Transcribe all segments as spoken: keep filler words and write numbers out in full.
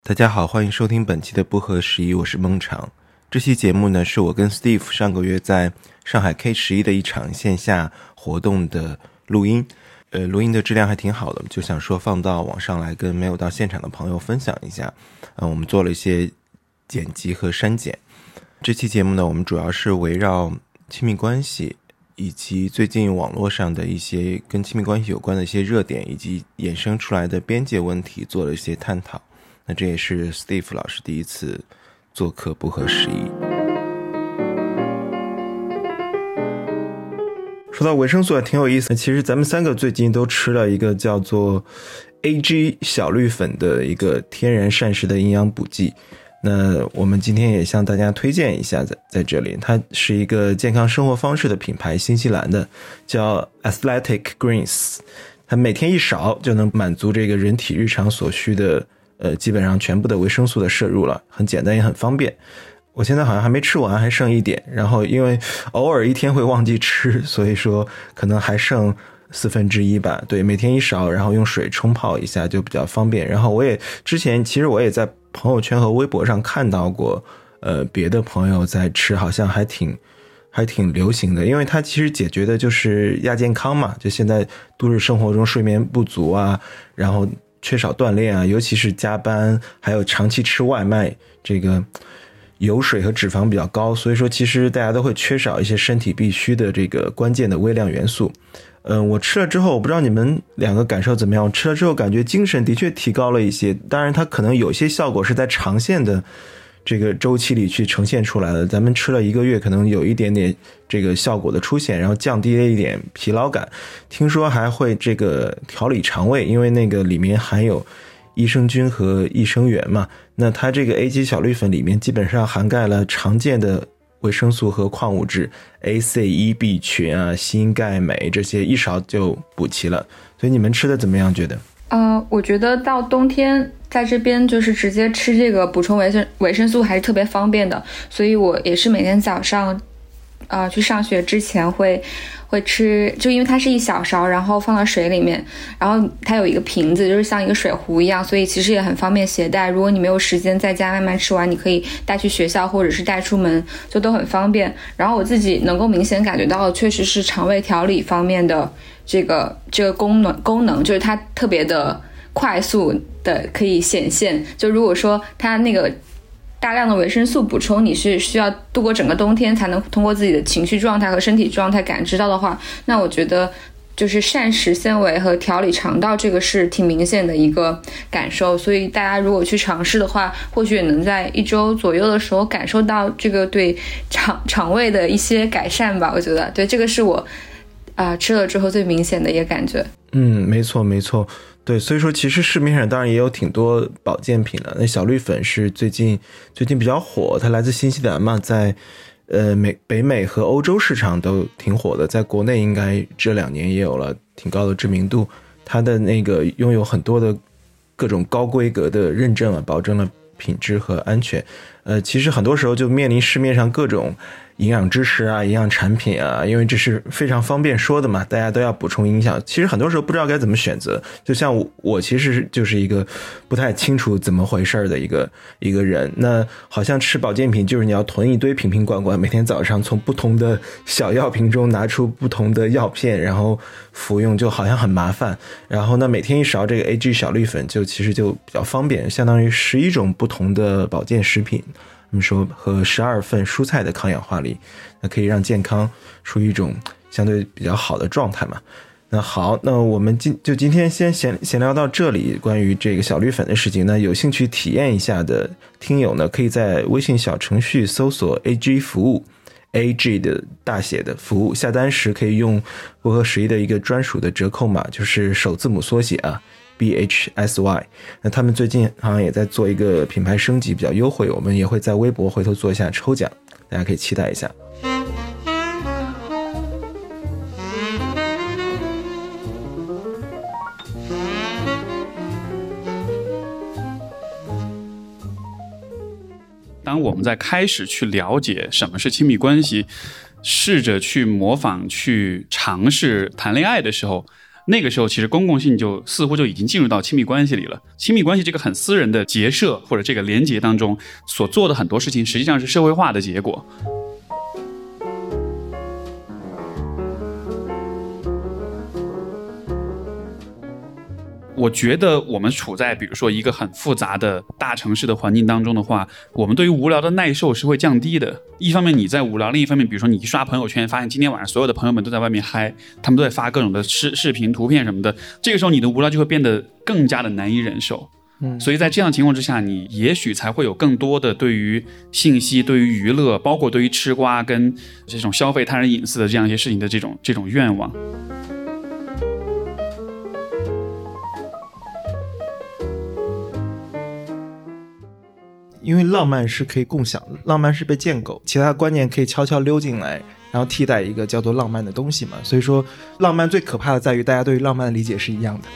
大家好，欢迎收听本期的不合时宜，我是孟尝。这期节目呢，是我跟 Steve 上个月在上海 K 十一 的一场线下活动的录音。呃，录音的质量还挺好的，就想说放到网上来跟没有到现场的朋友分享一下。呃，我们做了一些剪辑和删减。这期节目呢，我们主要是围绕亲密关系以及最近网络上的一些跟亲密关系有关的一些热点，以及衍生出来的边界问题做了一些探讨。那这也是 Steve 老师第一次做客不合时宜。说到维生素还挺有意思的，其实咱们三个最近都吃了一个叫做 A G 小绿粉的一个天然膳食的营养补剂。那我们今天也向大家推荐一下，在在这里，它是一个健康生活方式的品牌，新西兰的，叫 Athletic Greens。它每天一勺就能满足这个人体日常所需的呃，基本上全部的维生素的摄入了，很简单也很方便。我现在好像还没吃完，还剩一点，然后因为偶尔一天会忘记吃，所以说可能还剩四分之一吧。对，每天一勺，然后用水冲泡一下就比较方便。然后我也之前其实我也在朋友圈和微博上看到过，呃，别的朋友在吃，好像还挺还挺流行的，因为它其实解决的就是亚健康嘛，就现在都市生活中睡眠不足啊，然后缺少锻炼啊，尤其是加班，还有长期吃外卖，这个油水和脂肪比较高，所以说其实大家都会缺少一些身体必须的这个关键的微量元素。嗯，我吃了之后，我不知道你们两个感受怎么样，我吃了之后感觉精神的确提高了一些，当然它可能有些效果是在长线的这个周期里去呈现出来的，咱们吃了一个月可能有一点点这个效果的出现，然后降低了一点疲劳感，听说还会这个调理肠胃，因为那个里面含有益生菌和益生元嘛，那它这个 A G 小绿粉里面基本上涵盖了常见的维生素和矿物质 A、C、E、B 群啊、锌、钙、镁这些一勺就补齐了，所以你们吃的怎么样觉得？ 呃，我觉得到冬天在这边就是直接吃这个补充维生维生素还是特别方便的，所以我也是每天早上呃去上学之前会会吃，就因为它是一小勺，然后放到水里面，然后它有一个瓶子，就是像一个水壶一样，所以其实也很方便携带。如果你没有时间在家慢慢吃完，你可以带去学校或者是带出门，就都很方便。然后我自己能够明显感觉到，确实是肠胃调理方面的这个这个功能功能，就是它特别的快速的可以显现。就如果说它那个大量的维生素补充你是需要度过整个冬天才能通过自己的情绪状态和身体状态感知到的话，那我觉得就是膳食纤维和调理肠道这个是挺明显的一个感受，所以大家如果去尝试的话，或许也能在一周左右的时候感受到这个对肠肠胃的一些改善吧。我觉得对，这个是我啊、呃、吃了之后最明显的一个感觉。 嗯，没错没错，对，所以说其实市面上当然也有挺多保健品的，那小绿粉是最近最近比较火，它来自新西兰嘛，在呃美北美和欧洲市场都挺火的，在国内应该这两年也有了挺高的知名度，它的那个拥有很多的各种高规格的认证啊，保证了品质和安全。呃，其实很多时候就面临市面上各种营养知识啊、营养产品啊，因为这是非常方便说的嘛，大家都要补充营养。其实很多时候不知道该怎么选择，就像我，我其实就是一个不太清楚怎么回事的一个一个人。那好像吃保健品就是你要囤一堆瓶瓶罐罐，每天早上从不同的小药瓶中拿出不同的药片，然后服用，就好像很麻烦。然后呢，每天一勺这个 A G 小绿粉就其实就比较方便，相当于十一种不同的保健食品。我们说和十二份蔬菜的抗氧化力，那可以让健康处于一种相对比较好的状态嘛。那好，那我们今就今天先闲闲聊到这里，关于这个小绿粉的事情呢，有兴趣体验一下的听友呢，可以在微信小程序搜索 A G 服务 A G 的大写的服务，下单时可以用不合时宜的一个专属的折扣码，就是首字母缩写啊B H S Y。 那他们最近好像也在做一个品牌升级，比较优惠，我们也会在微博回头做一下抽奖，大家可以期待一下。 当我们在开始去了解什么是亲密关系，试着去模仿去尝试谈恋爱的时候， 那个时候其实公共性就似乎就已经进入到亲密关系里了。亲密关系这个很私人的结社或者这个连结当中所做的很多事情，实际上是社会化的结果。我觉得我们处在比如说一个很复杂的大城市的环境当中的话，我们对于无聊的耐受是会降低的。一方面你在无聊，另一方面比如说你一刷朋友圈，发现今天晚上所有的朋友们都在外面嗨，他们都在发各种的视视频图片什么的，这个时候你的无聊就会变得更加的难以忍受。嗯，所以在这样的情况之下，你也许才会有更多的对于信息、对于娱乐，包括对于吃瓜跟这种消费他人隐私的这样一些事情的这种这种愿望。 因为浪漫是可以共享的，浪漫是被建构，其他观念可以悄悄溜进来，然后替代一个叫做浪漫的东西嘛。所以说浪漫最可怕的在于大家对于浪漫的理解是一样的。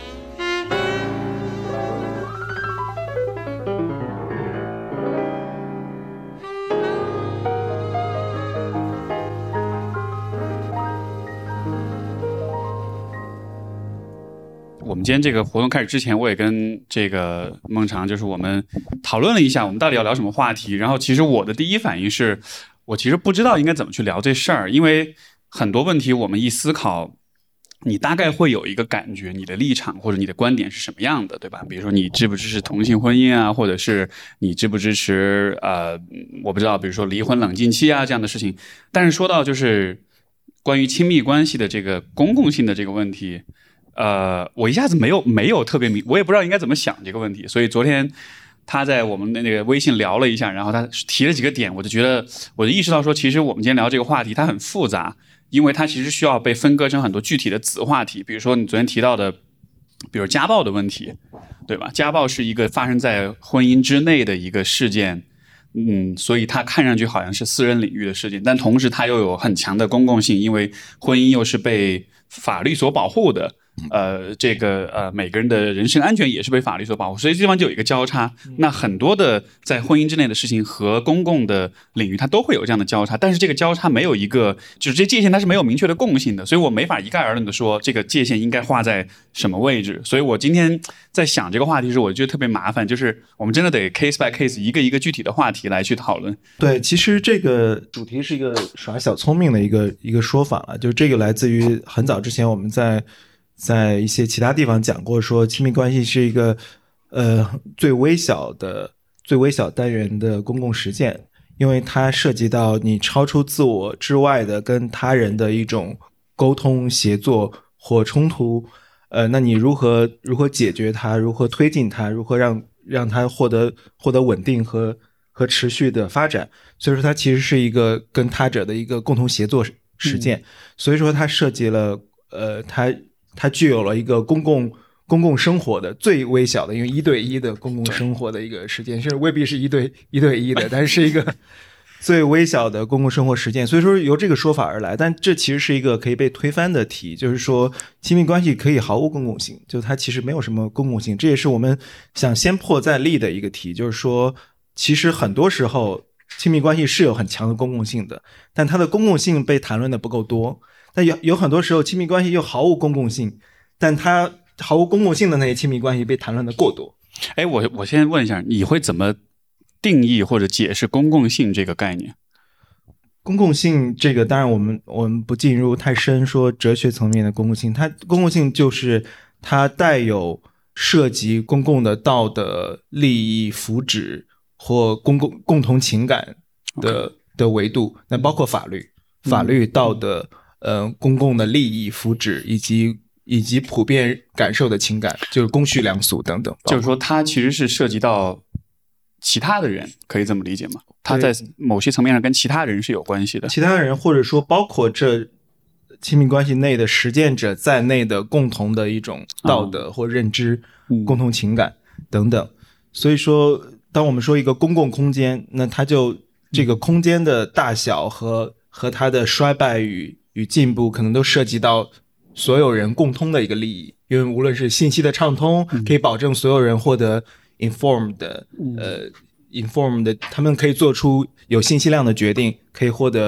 我们今天这个活动开始之前，我也跟这个孟尝就是我们讨论了一下我们到底要聊什么话题。然后其实我的第一反应是，我其实不知道应该怎么去聊这事儿，因为很多问题我们一思考，你大概会有一个感觉，你的立场或者你的观点是什么样的，对吧？比如说你支不支持同性婚姻啊，或者是你支不支持呃，我不知道，比如说离婚冷静期啊这样的事情。但是说到就是关于亲密关系的这个公共性的这个问题，呃，我一下子没有没有特别明，我也不知道应该怎么想这个问题。所以昨天他在我们的那个微信聊了一下，然后他提了几个点，我就觉得我就意识到说，其实我们今天聊这个话题它很复杂，因为它其实需要被分割成很多具体的子话题。比如说你昨天提到的，比如家暴的问题，对吧？家暴是一个发生在婚姻之内的一个事件。嗯，所以它看上去好像是私人领域的事件，但同时它又有很强的公共性，因为婚姻又是被法律所保护的。呃，这个呃，每个人的人身安全也是被法律所保护，所以这地方就有一个交叉。那很多的在婚姻之内的事情和公共的领域，它都会有这样的交叉，但是这个交叉没有一个，就是这界限它是没有明确的共性的，所以我没法一概而论的说这个界限应该画在什么位置。所以我今天在想这个话题时，我觉得特别麻烦，就是我们真的得 case by case 一个一个具体的话题来去讨论。 对，其实这个主题是一个耍小聪明的一个一个说法了，就是这个来自于很早之前我们在。在一些其他地方讲过，说亲密关系是一个呃最微小的最微小单元的公共实践，因为它涉及到你超出自我之外的跟他人的一种沟通协作或冲突，呃，那你如何如何解决它，如何推进它，如何让让它获得获得稳定和和持续的发展，所以说它其实是一个跟他者的一个共同协作实践，嗯、所以说它涉及了呃它。它具有了一个公共公共生活的最微小的，因为一对一的公共生活的一个实践，是未必是一对一对一的，但是是一个最微小的公共生活实践。所以说由这个说法而来，但这其实是一个可以被推翻的题，就是说亲密关系可以毫无公共性，就它其实没有什么公共性，这也是我们想先破再立的一个题，就是说其实很多时候亲密关系是有很强的公共性的，但它的公共性被谈论的不够多。但有有很多时候亲密关系又毫无公共性，但它毫无公共性的那些亲密关系被谈论的过多。 哎，我我先问一下，你会怎么定义或者解释公共性这个概念？ 公共性这个当然我们我们不进入太深说哲学层面的公共性，它公共性就是它带有涉及公共的道德利益福祉或公共共同情感的、okay. 的维度，那包括法律法律道德、嗯呃，公共的利益、福祉以及以及普遍感受的情感，就是公序良俗等等。 就是说，它其实是涉及到其他的人，可以这么理解吗？它在某些层面上跟其他人是有关系的。 其他人，或者说包括这亲密关系内的实践者在内的共同的一种道德或认知、嗯、共同情感等等。所以说，当我们说一个公共空间，那它就这个空间的大小和和它的衰败与与进步可能都涉及到所有人共通的一个利益，因为无论是信息的畅通，可以保证所有人获得 informed 的、嗯、呃 informed 的，他们可以做出有信息量的决定，可以获得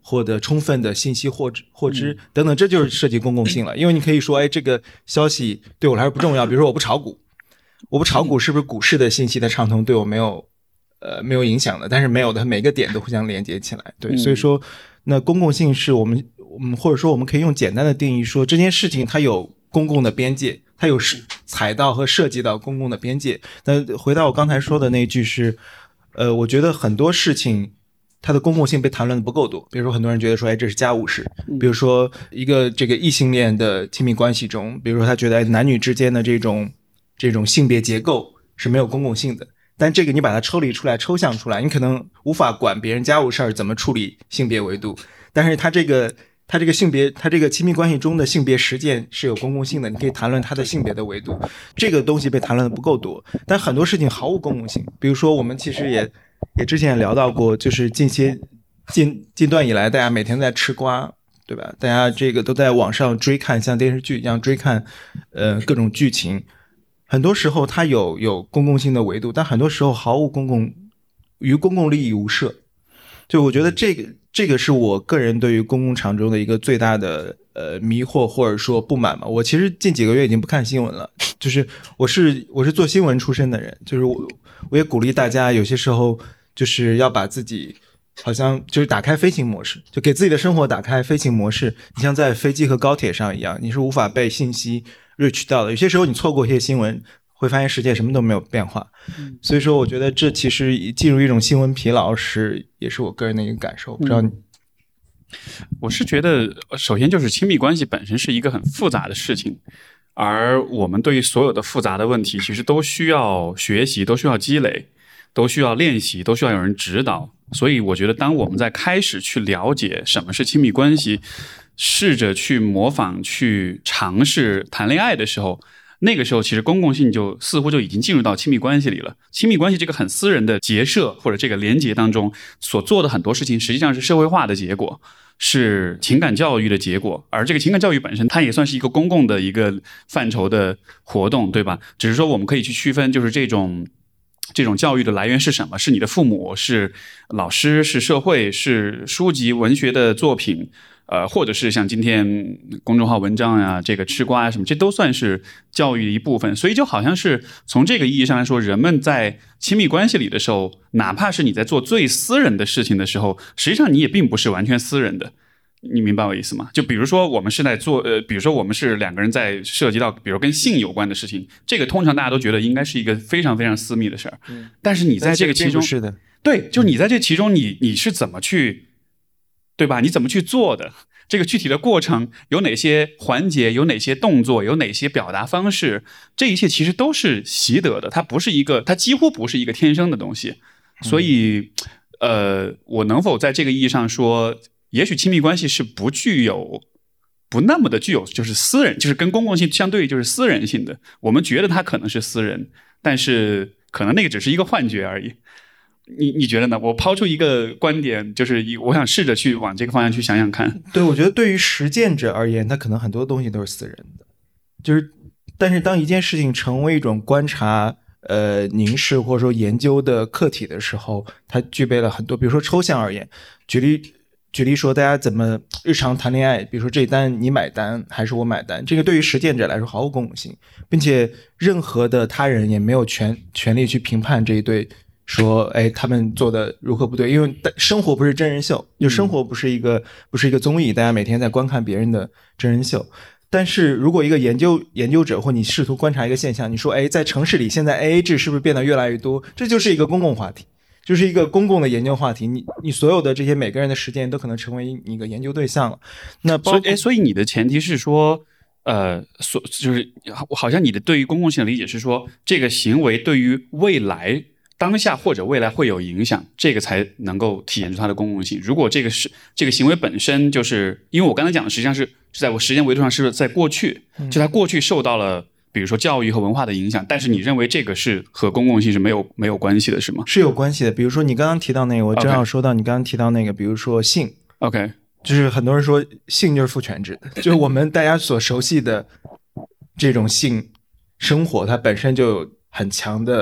获得充分的信息获知获知等等，这就是涉及公共性了。因为你可以说，哎，这个消息对我来说不重要，比如说我不炒股，我不炒股是不是股市的信息的畅通对我没有呃没有影响的？但是没有的，每个点都互相连接起来。对，所以说那公共性是我们我们或者说我们可以用简单的定义说，这件事情它有公共的边界，它有踩到和涉及到公共的边界。那回到我刚才说的那句是，呃，我觉得很多事情它的公共性被谈论的不够多。比如说很多人觉得说，哎，这是家务事。比如说一个这个异性恋的亲密关系中，比如说他觉得男女之间的这种这种性别结构是没有公共性的。但这个你把它抽离出来抽象出来，你可能无法管别人家务事儿怎么处理性别维度，但是他这个他这个性别他这个亲密关系中的性别实践是有公共性的，你可以谈论他的性别的维度，这个东西被谈论的不够多。但很多事情毫无公共性，比如说我们其实也也之前也聊到过，就是近些近近段以来大家每天在吃瓜，对吧？大家这个都在网上追看像电视剧一样追看呃各种剧情，很多时候它有有公共性的维度，但很多时候毫无公共，与公共利益无涉。就我觉得这个这个是我个人对于公共场中的一个最大的呃迷惑或者说不满嘛。我其实近几个月已经不看新闻了，就是我是我是做新闻出身的人，就是我我也鼓励大家有些时候就是要把自己好像就是打开飞行模式，就给自己的生活打开飞行模式。你像在飞机和高铁上一样，你是无法被信息reach到的。有些时候你错过一些新闻，会发现世界什么都没有变化。所以说我觉得这其实进入一种新闻疲劳是也是我个人的一个感受。不知道你、嗯、 我是觉得首先就是亲密关系本身是一个很复杂的事情，而我们对于所有的复杂的问题其实都需要学习，都需要积累，都需要练习，都需要有人指导。所以我觉得当我们在开始去了解什么是亲密关系，试着去模仿去尝试谈恋爱的时候，那个时候其实公共性就似乎就已经进入到亲密关系里了。亲密关系这个很私人的结社或者这个连结当中所做的很多事情实际上是社会化的结果，是情感教育的结果，而这个情感教育本身它也算是一个公共的一个范畴的活动，对吧？只是说我们可以去区分，就是这种这种教育的来源是什么，是你的父母，是老师，是社会，是书籍文学的作品，呃，或者是像今天公众号文章啊，这个吃瓜啊什么，这都算是教育的一部分。所以就好像是从这个意义上来说，人们在亲密关系里的时候，哪怕是你在做最私人的事情的时候，实际上你也并不是完全私人的。你明白我意思吗？就比如说我们是在做呃，比如说我们是两个人在涉及到比如跟性有关的事情，这个通常大家都觉得应该是一个非常非常私密的事儿、嗯、但是你在这个其中是的， 对，就你在这其中你你是怎么去，对吧？你怎么去做的？这个具体的过程有哪些环节，有哪些动作，有哪些表达方式，这一切其实都是习得的，它不是一个，它几乎不是一个天生的东西。所以呃，我能否在这个意义上说，也许亲密关系是不具有不那么的具有就是私人，就是跟公共性相对就是私人性的，我们觉得它可能是私人，但是可能那个只是一个幻觉而已。你你觉得呢？我抛出一个观点，就是我想试着去往这个方向去想想看。 对，我觉得对于实践者而言，他可能很多东西都是私人的，就是但是当一件事情成为一种观察呃凝视或者说研究的课题的时候，它具备了很多，比如说抽象而言，举例举例说大家怎么日常谈恋爱，比如说这一单你买单还是我买单，这个对于实践者来说毫无公共性，并且任何的他人也没有权权利去评判这一对说哎他们做的如何不对，因为生活不是真人秀，就生活不是一个、嗯、不是一个综艺，大家每天在观看别人的真人秀。但是如果一个研究研究者或你试图观察一个现象，你说哎在城市里现在 A A 制是不是变得越来越多，这就是一个公共话题，就是一个公共的研究话题，你你所有的这些每个人的实践都可能成为你一个研究对象了。那包括所以所以你的前提是说呃，所就是好像你的对于公共性的理解是说，这个行为对于未来当下或者未来会有影响，这个才能够体现出它的公共性。如果这个是这个行为本身，就是因为我刚才讲的实际上是是在我时间维度上是在过去，就它过去受到了比如说教育和文化的影响，但是你认为这个是和公共性是没有没有关系的是吗？ 是有关系的。比如说你刚刚提到那个，我正好说到你刚刚提到那个，比如说性 OK， 就是很多人说性就是父权制，就是我们大家所熟悉的这种性生活它本身就有很强的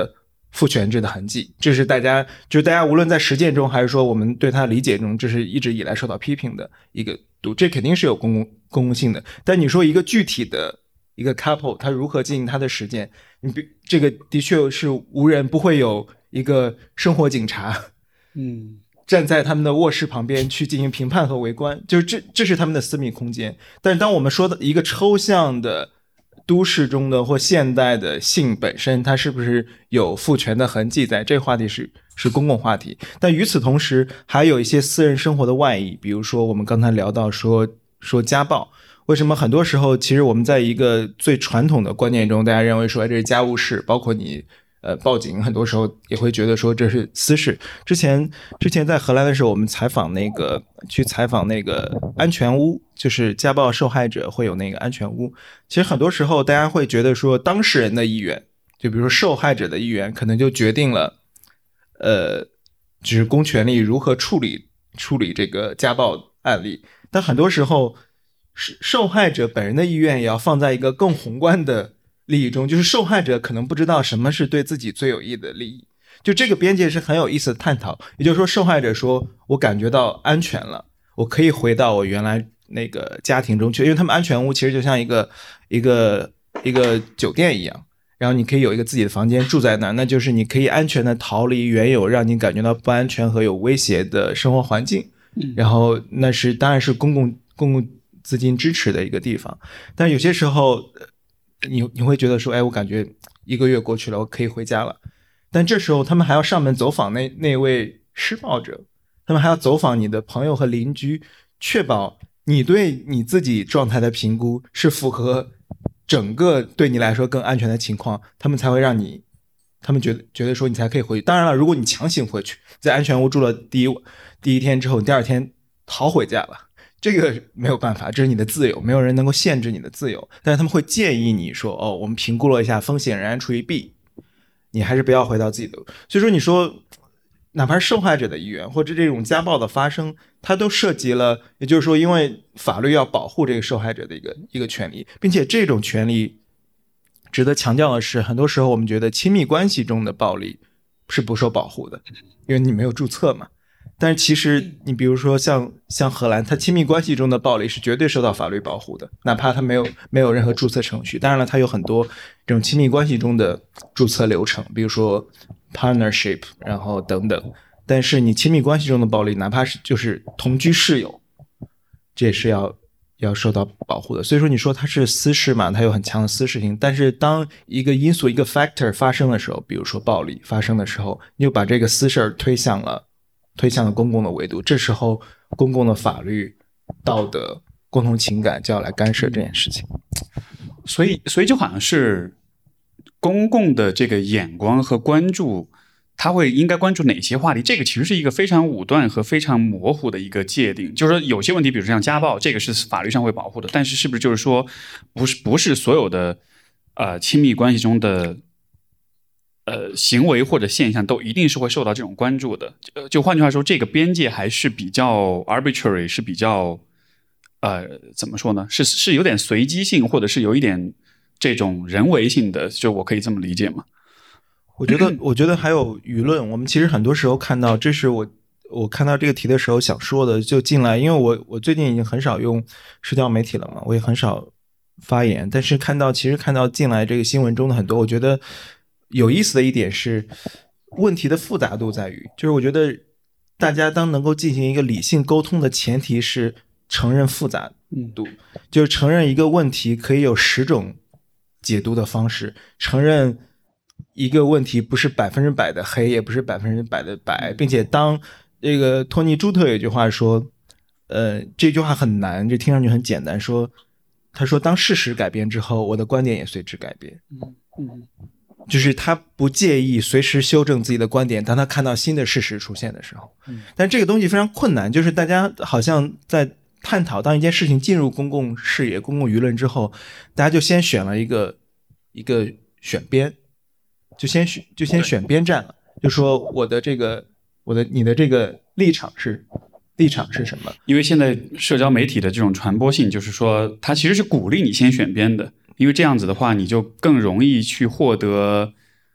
父权制的痕迹，这是大家就是大家无论在实践中还是说我们对它理解中，这是一直以来受到批评的一个度，这肯定是有公共公共性的。但你说一个具体的一个 couple 他如何进行他的实践，你这个的确是无人不会有一个生活警察， 嗯， 站在他们的卧室旁边去进行评判和围观，就是这这是他们的私密空间。但是当我们说的一个抽象的都市中的或现代的性本身，它是不是有父权的痕迹在，这个话题是是公共话题。但与此同时还有一些私人生活的外溢，比如说我们刚才聊到说说家暴，为什么很多时候其实我们在一个最传统的观念中，大家认为说这是家务事，包括你呃报警很多时候也会觉得说这是私事。之前之前在荷兰的时候，我们采访那个去采访那个安全屋，就是家暴受害者会有那个安全屋。其实很多时候大家会觉得说当事人的意愿，就比如说受害者的意愿，可能就决定了呃就是公权力如何处理处理这个家暴案例。但很多时候受害者本人的意愿也要放在一个更宏观的利益中，就是受害者可能不知道什么是对自己最有益的利益，就这个边界是很有意思的探讨。也就是说受害者说我感觉到安全了，我可以回到我原来那个家庭中去，因为他们安全屋其实就像一个一个一个酒店一样，然后你可以有一个自己的房间住在那儿，那就是你可以安全的逃离原有让你感觉到不安全和有威胁的生活环境，然后那是当然是公共公共资金支持的一个地方。但有些时候你你会觉得说，哎，我感觉一个月过去了，我可以回家了。但这时候他们还要上门走访那那位施暴者，他们还要走访你的朋友和邻居，确保你对你自己状态的评估是符合整个对你来说更安全的情况，他们才会让你，他们觉得觉得说你才可以回去。当然了，如果你强行回去，在安全屋住了第一第一天之后，第二天逃回家了，这个没有办法，这是你的自由，没有人能够限制你的自由。但是他们会建议你说，哦，我们评估了一下风险仍然处于 B， 你还是不要回到自己的。所以说你说哪怕是受害者的意愿或者这种家暴的发生，它都涉及了，也就是说因为法律要保护这个受害者的一个一个权利，并且这种权利值得强调的是，很多时候我们觉得亲密关系中的暴力是不受保护的，因为你没有注册嘛。但是其实你比如说像像荷兰，它亲密关系中的暴力是绝对受到法律保护的，哪怕它没有没有任何注册程序。当然了，它有很多这种亲密关系中的注册流程，比如说 partnership 然后等等。但是你亲密关系中的暴力，哪怕是就是同居室友，这也是要要受到保护的。所以说你说它是私事嘛，它有很强的私事性，但是当一个因素一个 factor 发生的时候，比如说暴力发生的时候，你就把这个私事推向了推向了公共的维度，这时候公共的法律、道德、共同情感就要来干涉这件事情。 所以，所以就好像是公共的这个眼光和关注，他会应该关注哪些话题？这个其实是一个非常武断和非常模糊的一个界定。就是说，有些问题，比如说像家暴，这个是法律上会保护的，但是是不是就是说，不是不是所有的呃亲密关系中的呃，行为或者现象都一定是会受到这种关注的。呃，就换句话说，这个边界还是比较 arbitrary， 是比较呃，怎么说呢？是是有点随机性，或者是有一点这种人为性的，就我可以这么理解吗？ 我觉得，我觉得还有舆论。我们其实很多时候看到，这是我我看到这个题的时候想说的，就进来，因为我我最近已经很少用社交媒体了嘛，我也很少发言，但是看到其实看到进来这个新闻中的很多，我觉得有意思的一点是，问题的复杂度在于，就是我觉得大家当能够进行一个理性沟通的前提是承认复杂度，就是承认一个问题可以有十种解读的方式，承认一个问题不是百分之百的黑，也不是百分之百的白，并且当这个托尼朱特有一句话说，呃，这句话很难，这听上去很简单，说他说当事实改变之后，我的观点也随之改变。 嗯嗯。 就是他不介意随时修正自己的观点，当他看到新的事实出现的时候。但这个东西非常困难，就是大家好像在探讨，当一件事情进入公共视野、公共舆论之后，大家就先选了一个一个选边，就先选就先选边站了，就说我的这个我的你的这个立场是立场是什么？ 因为现在社交媒体的这种传播性，就是说它其实是鼓励你先选边的。因为这样子的话，你就更容易去获得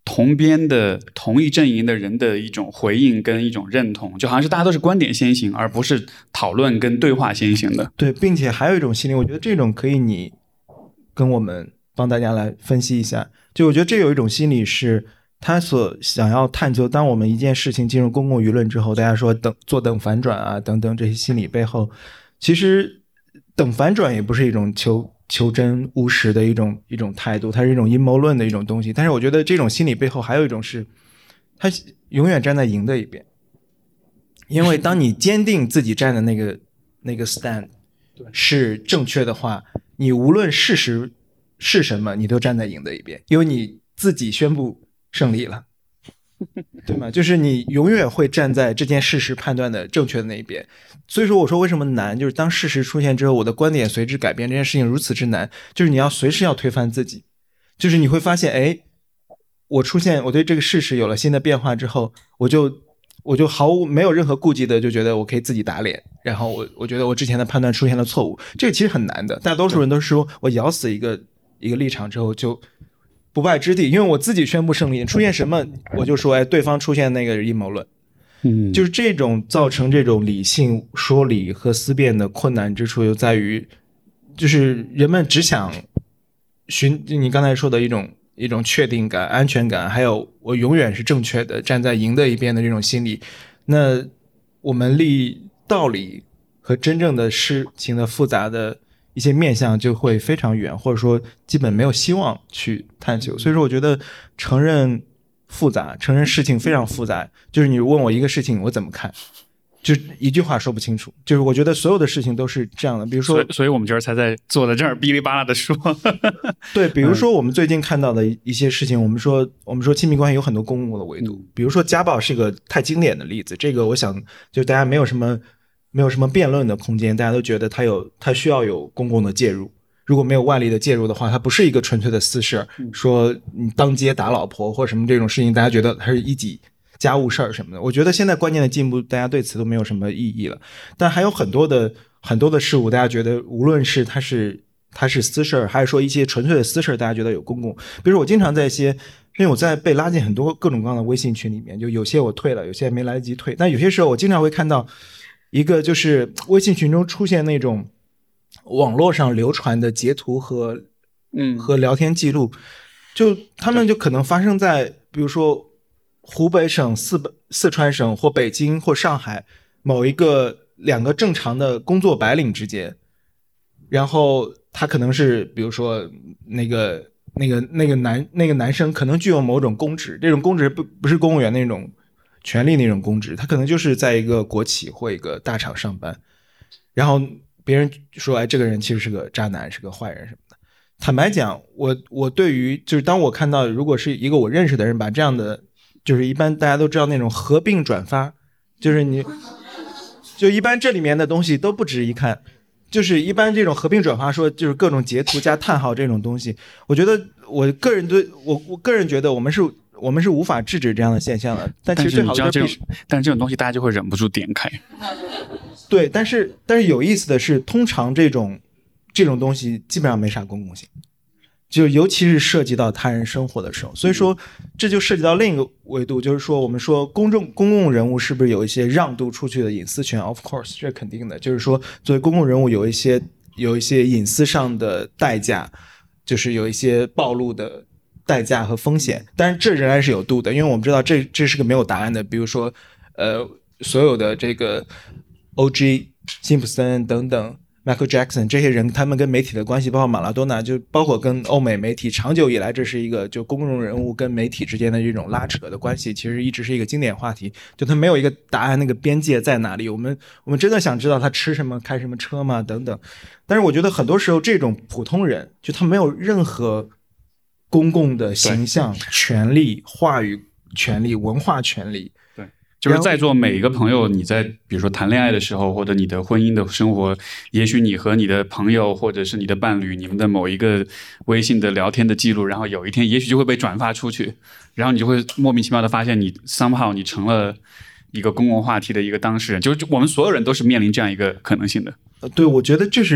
同边的同一阵营的人的一种回应跟一种认同，就好像是大家都是观点先行，而不是讨论跟对话先行的。 对，并且还有一种心理，我觉得这种可以你跟我们帮大家来分析一下。就我觉得这有一种心理是他所想要探究，当我们一件事情进入公共舆论之后，大家说等坐等反转啊等等这些心理背后，其实等反转也不是一种求求真务实的一种一种态度，它是一种阴谋论的一种东西。但是我觉得这种心理背后还有一种是他永远站在赢的一边，因为当你坚定自己站的那个那个 stand 是正确的话，你无论事实是什么你都站在赢的一边，因为你自己宣布胜利了，对吗？就是你永远会站在这件事实判断的正确的那一边。所以说我说为什么难，就是当事实出现之后，我的观点随之改变，这件事情如此之难，就是你要随时要推翻自己。就是你会发现，哎，我出现我对这个事实有了新的变化之后，我就我就毫无没有任何顾忌的就觉得我可以自己打脸，然后我我觉得我之前的判断出现了错误，这个其实很难的。大多数人都是说我咬死一个一个立场之后就不败之地，因为我自己宣布胜利，出现什么我就说，哎，对方出现那个阴谋论。嗯，就是这种造成这种理性说理和思辨的困难之处，就在于，就是人们只想寻你刚才说的一种一种确定感、安全感，还有我永远是正确的，站在赢的一边的这种心理。那我们离道理和真正的事情的复杂的一些面向就会非常远，或者说基本没有希望去探究。所以说我觉得承认复杂，承认事情非常复杂，就是你问我一个事情我怎么看，就一句话说不清楚。就是我觉得所有的事情都是这样的，比如说， 所以所以我们今儿才在坐在这儿哔哩吧啦的说。 对，比如说我们最近看到的一些事情，我们说我们说亲密关系有很多公共的维度，比如说家暴是一个太经典的例子，这个我想就大家没有什么没有什么辩论的空间，大家都觉得它有它需要有公共的介入。如果没有外力的介入的话，它不是一个纯粹的私事，说你当街打老婆或什么这种事情，大家觉得它是一己家务事儿什么的。我觉得现在观念的进步，大家对此都没有什么意义了。但还有很多的很多的事物，大家觉得无论是它是它是私事，还是说一些纯粹的私事，大家觉得有公共。比如说我经常在一些，因为我在被拉进很多各种各样的微信群里面，就有些我退了，有些没来得及退。但有些时候我经常会看到一个就是微信群中出现那种网络上流传的截图和嗯和聊天记录，就他们就可能发生在比如说湖北省、四四川省或北京或上海某一个两个正常的工作白领之间，然后他可能是比如说那个那个那个男那个男生可能具有某种公职，这种公职不不是公务员那种权力那种公职，他可能就是在一个国企或一个大厂上班，然后别人说，哎，这个人其实是个渣男，是个坏人什么的。坦白讲，我我对于就是当我看到如果是一个我认识的人把这样的，就是一般大家都知道那种合并转发，就是你就一般这里面的东西都不值一看，就是一般这种合并转发说就是各种截图加叹号这种东西，我觉得我个人对我我个人觉得我们是我们是无法制止这样的现象的。但其实最好的这种但是这种东西大家就会忍不住点开。 对，但是但是有意思的是，通常这种这种东西基本上没啥公共性，就尤其是涉及到他人生活的时候。所以说这就涉及到另一个维度，就是说我们说公众公共人物是不是有一些让渡出去的隐私权 ？Of course， 这是肯定的。就是说作为公共人物有一些有一些隐私上的代价，就是有一些暴露的代价和风险。但是这仍然是有度的，因为我们知道这这是个没有答案的。比如说呃，所有的这个O G 辛普森等等 Michael Jackson 这些人，他们跟媒体的关系，包括马拉多纳，就包括跟欧美媒体，长久以来这是一个就公众人物跟媒体之间的这种拉扯的关系，其实一直是一个经典话题，就他没有一个答案，那个边界在哪里，我们我们真的想知道他吃什么开什么车吗等等。但是我觉得很多时候这种普通人就他没有任何公共的形象、权利、话语权利、文化权利， 就是在座每一个朋友，你在比如说谈恋爱的时候，或者你的婚姻的生活，也许你和你的朋友或者是你的伴侣，你们的某一个微信的聊天的记录，然后有一天也许就会被转发出去，然后你就会莫名其妙的发现你 somehow 你成了一个公共话题的一个当事人，就是我们所有人都是面临这样一个可能性的。 对，我觉得这是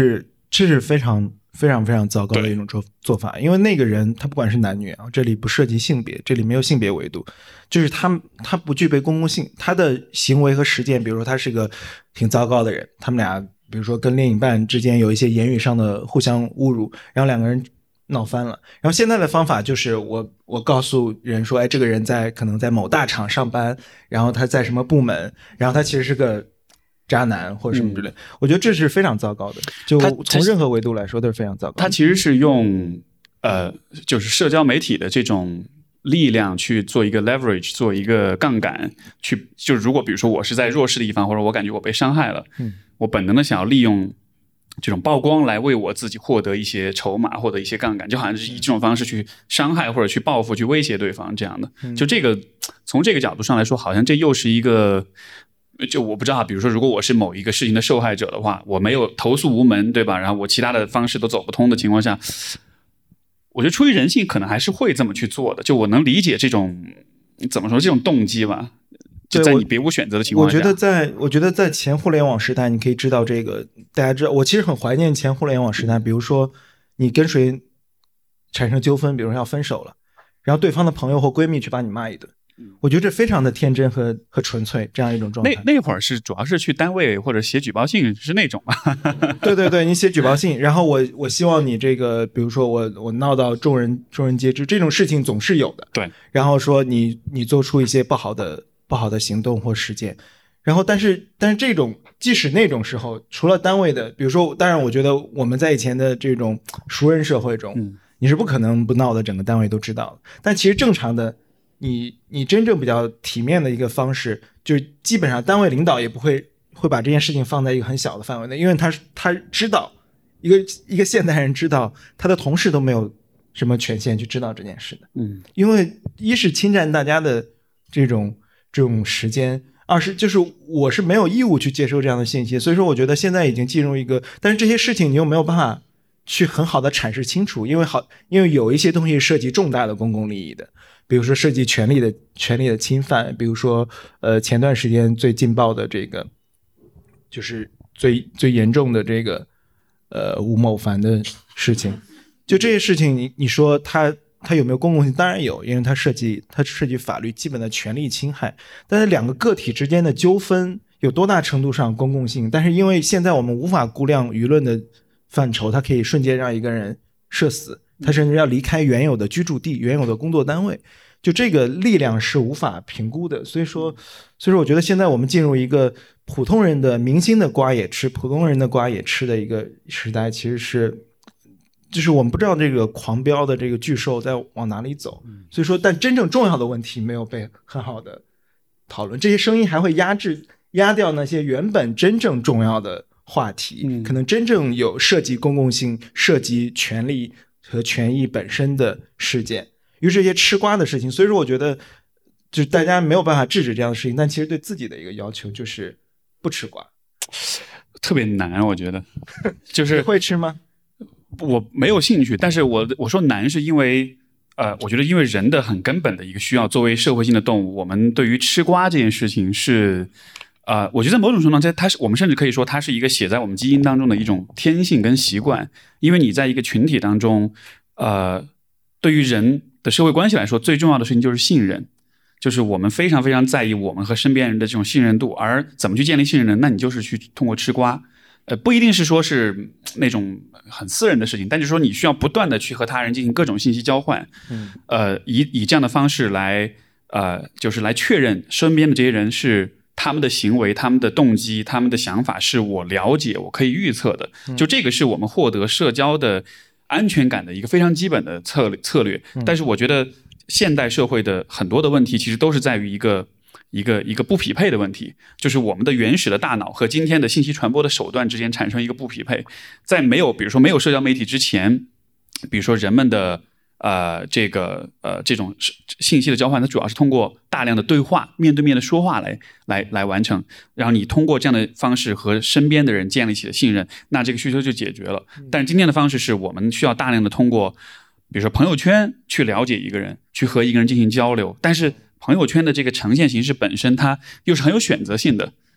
这是非常非常非常糟糕的一种做做法，因为那个人他不管是男女啊，这里不涉及性别，这里没有性别维度，就是他他不具备公共性，他的行为和实践，比如说他是个挺糟糕的人，他们俩比如说跟另一半之间有一些言语上的互相侮辱，然后两个人闹翻了，然后现在的方法就是我我告诉人说，哎，这个人在可能在某大厂上班，然后他在什么部门，然后他其实是个渣男或者什么之类、嗯、我觉得这是非常糟糕的，就从任何维度来说都是非常糟糕的。 他其实是用呃，就是社交媒体的这种力量去做一个 leverage， 做一个杠杆，去就如果比如说我是在弱势的一方，或者我感觉我被伤害了，嗯，我本能的想要利用这种曝光来为我自己获得一些筹码，获得一些杠杆，就好像是以这种方式去伤害或者去报复、去威胁对方这样的。就这个从这个角度上来说，好像这又是一个。就我不知道，比如说，如果我是某一个事情的受害者的话，我没有投诉无门，对吧？然后我其他的方式都走不通的情况下，我觉得出于人性，可能还是会这么去做的。就我能理解这种怎么说这种动机吧，就在你别无选择的情况下。 我觉得在我觉得在前互联网时代，你可以知道这个，大家知道，我其实很怀念前互联网时代。比如说，你跟谁产生纠纷，比如说要分手了，然后对方的朋友或闺蜜去把你骂一顿。我觉得这非常的天真和和纯粹，这样一种状态。 那那会儿是主要是去单位或者写举报信，是那种嘛？ 对对对，你写举报信，然后我我希望你这个，比如说我我闹到众人众人皆知，这种事情总是有的。 对， 然后说你你做出一些不好的不好的行动或事件，然后但是但是这种即使那种时候，除了单位的，比如说，当然我觉得我们在以前的这种熟人社会中，嗯、你是不可能不闹的，整个单位都知道的。但其实正常的。你你真正比较体面的一个方式，就是基本上单位领导也不会会把这件事情放在一个很小的范围内，因为他他知道一个一个现代人知道他的同事都没有什么权限去知道这件事的，嗯，因为一是侵占大家的这种这种时间，二是就是我是没有义务去接收这样的信息，所以说我觉得现在已经进入一个，但是这些事情你又没有办法去很好的阐释清楚，因为好因为有一些东西涉及重大的公共利益的。比如说涉及权利的权利的侵犯，比如说呃前段时间最劲爆的这个就是最最严重的这个呃吴某凡的事情，就这些事情你你说它它有没有公共性？当然有，因为它涉及它涉及法律基本的权利侵害，但是两个个体之间的纠纷有多大程度上公共性？但是因为现在我们无法估量舆论的范畴，它可以瞬间让一个人社死，他甚至要离开原有的居住地、原有的工作单位，就这个力量是无法评估的。所以说，所以说，我觉得现在我们进入一个普通人的明星的瓜也吃，普通人的瓜也吃的一个时代，其实是，就是我们不知道这个狂飙的这个巨兽在往哪里走。所以说，但真正重要的问题没有被很好的讨论，这些声音还会压制、压掉那些原本真正重要的话题，可能真正有涉及公共性、涉及权利和权益本身的事件，于是这些吃瓜的事情，所以说我觉得就是大家没有办法制止这样的事情，但其实对自己的一个要求就是不吃瓜， 特别难，我觉得就是你会吃吗？ 我没有兴趣，但是我我说难是因为呃，我觉得因为人的很根本的一个需要，作为社会性的动物，我们对于吃瓜这件事情是。呃，我觉得在某种程度上，它是我们甚至可以说它是一个写在我们基因当中的一种天性跟习惯。因为你在一个群体当中，呃，对于人的社会关系来说，最重要的事情就是信任，就是我们非常非常在意我们和身边人的这种信任度。而怎么去建立信任呢？那你就是去通过吃瓜，呃，不一定是说是那种很私人的事情，但就是说你需要不断的去和他人进行各种信息交换，嗯，呃，以以这样的方式来，呃，就是来确认身边的这些人是。他们的行为、他们的动机、他们的想法是我了解、我可以预测的。就这个是我们获得社交的安全感的一个非常基本的策略。策略。但是我觉得现代社会的很多的问题，其实都是在于一个一个一个不匹配的问题，就是我们的原始的大脑和今天的信息传播的手段之间产生一个不匹配。在没有，比如说没有社交媒体之前，比如说人们的。呃，这个呃，这种信息的交换，它主要是通过大量的对话、面对面的说话来来来完成。然后你通过这样的方式和身边的人建立起了信任，那这个需求就解决了。但是今天的方式是我们需要大量的通过，比如说朋友圈去了解一个人，去和一个人进行交流。但是朋友圈的这个呈现形式本身，它又是很有选择性的。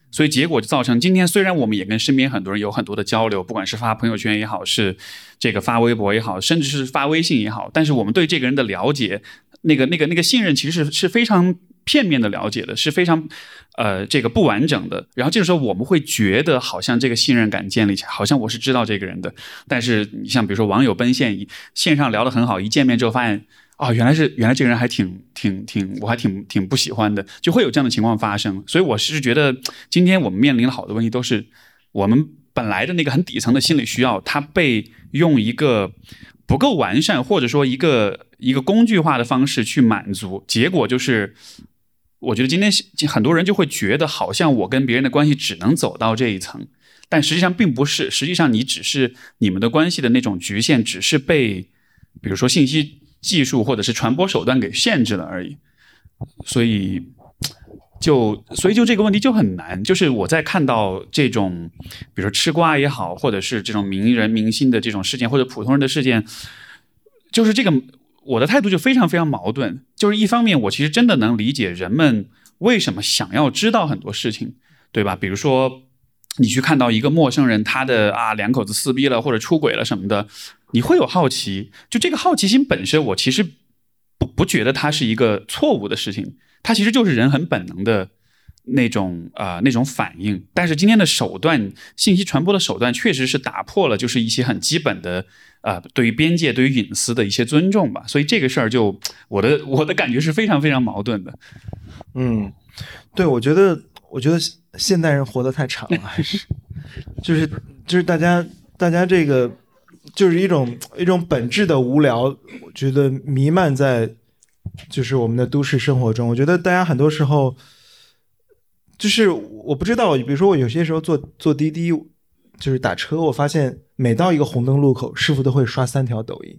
所以结果就造成今天虽然我们也跟身边很多人有很多的交流，不管是发朋友圈也好，是这个发微博也好，甚至是发微信也好，但是我们对这个人的了解，那个那个那个信任其实是是非常片面的了解的，是非常呃这个不完整的。然后这个时候我们会觉得好像这个信任感建立起来，好像我是知道这个人的。但是你像比如说网友奔现，线上聊得很好，一见面之后发现哦，原来是原来这个人还挺挺挺，我还挺挺不喜欢的，就会有这样的情况发生。所以我是觉得，今天我们面临的好多问题都是我们本来的那个很底层的心理需要，它被用一个不够完善，或者说一个一个工具化的方式去满足，结果就是，我觉得今天很多人就会觉得，好像我跟别人的关系只能走到这一层，但实际上并不是，实际上你只是你们的关系的那种局限，只是被比如说信息技术或者是传播手段给限制了而已。所以就所以就这个问题就很难，就是我在看到这种比如说吃瓜也好，或者是这种名人明星的这种事件，或者普通人的事件，就是这个我的态度就非常非常矛盾。就是一方面我其实真的能理解人们为什么想要知道很多事情，对吧？比如说你去看到一个陌生人他的啊两口子撕逼了或者出轨了什么的，你会有好奇，就这个好奇心本身我其实不不觉得它是一个错误的事情，它其实就是人很本能的那种啊、呃、那种反应。但是今天的手段，信息传播的手段确实是打破了就是一些很基本的呃对于边界对于隐私的一些尊重吧。所以这个事儿就我的我的感觉是非常非常矛盾的。 嗯，对，我觉得我觉得现代人活得太长了，还是就是就是大家大家这个就是一种一种本质的无聊，我觉得弥漫在就是我们的都市生活中。我觉得大家很多时候就是我不知道，比如说我有些时候坐坐滴滴就是打车，我发现每到一个红灯路口，师傅都会刷三条抖音。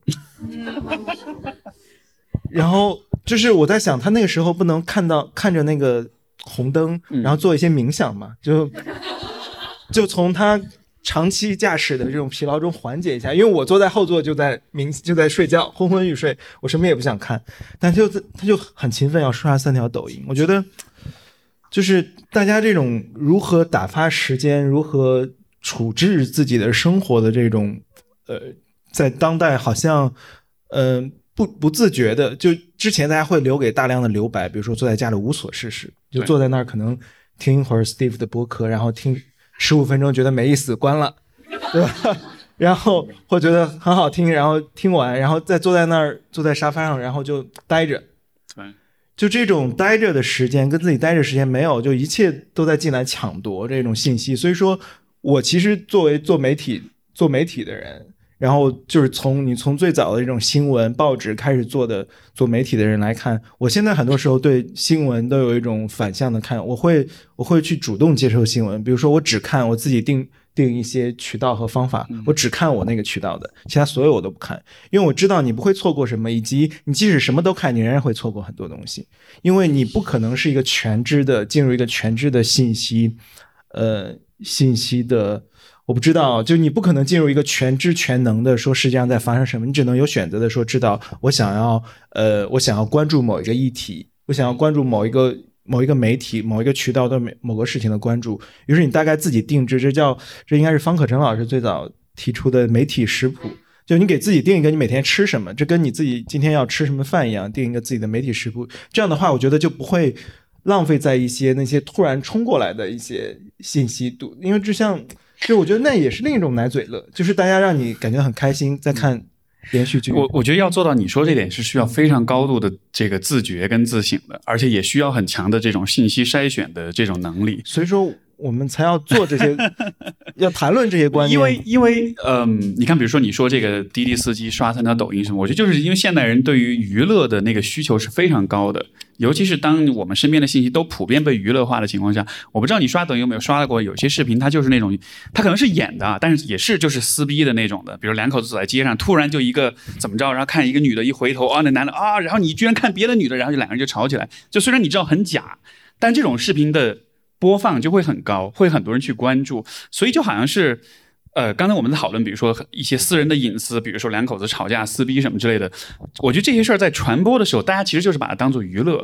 然后就是我在想，他那个时候不能看到看着那个红灯，然后做一些冥想嘛，就就从他长期驾驶的这种疲劳中缓解一下。因为我坐在后座就在冥就在睡觉，昏昏欲睡，我什么也不想看，但就他就很勤奋要刷三条抖音。我觉得就是大家这种如何打发时间，如何处置自己的生活的这种呃，在当代好像呃不不自觉的，就之前大家会留给大量的留白，比如说坐在家里无所事事，就坐在那儿可能听一会儿 Steve 的播客，然后听十五分钟觉得没意思关了，对吧？然后会觉得很好听，然后听完，然后再坐在那儿坐在沙发上，然后就待着。 对， 就这种待着的时间跟自己待着时间没有，就一切都在进来抢夺这种信息。所以说我其实作为做媒体做媒体的人，然后就是从你从最早的这种新闻报纸开始做的做媒体的人来看，我现在很多时候对新闻都有一种反向的看，我会我会去主动接受新闻。比如说我只看我自己定定一些渠道和方法，我只看我那个渠道的，其他所有我都不看，因为我知道你不会错过什么，以及你即使什么都看，你仍然会错过很多东西，因为你不可能是一个全知的进入一个全知的信息呃信息的，我不知道，就你不可能进入一个全知全能的说世界上在发生什么，你只能有选择的说知道我想要呃我想要关注某一个议题，我想要关注某一个某一个媒体某一个渠道的某个事情的关注，于是你大概自己定制，这叫这应该是方可成老师最早提出的媒体食谱，就你给自己定一个你每天吃什么，这跟你自己今天要吃什么饭一样，定一个自己的媒体食谱。这样的话我觉得就不会浪费在一些那些突然冲过来的一些信息度，因为就像就我觉得那也是另一种奶嘴乐，就是大家让你感觉很开心在看连续剧。 我我觉得要做到你说这点是需要非常高度的这个自觉跟自省的，而且也需要很强的这种信息筛选的这种能力。 所以说我们才要做这些要谈论这些观念。 因为因为嗯，你看比如说你说这个滴滴司机刷三条抖音什么，我觉得就是因为现代人对于娱乐的那个需求是非常高的，尤其是当我们身边的信息都普遍被娱乐化的情况下，我不知道你刷抖音有没有刷到过，有些视频它就是那种它可能是演的，但是也是就是撕逼的那种的，比如两口子走在街上，突然就一个怎么着，然后看一个女的一回头啊，那男的啊，然后你居然看别的女的，然后就两个人就吵起来，就虽然你知道很假，但这种视频的播放就会很高，会很多人去关注，所以就好像是呃，刚才我们在讨论比如说一些私人的隐私，比如说两口子吵架撕逼什么之类的，我觉得这些事儿在传播的时候大家其实就是把它当做娱乐，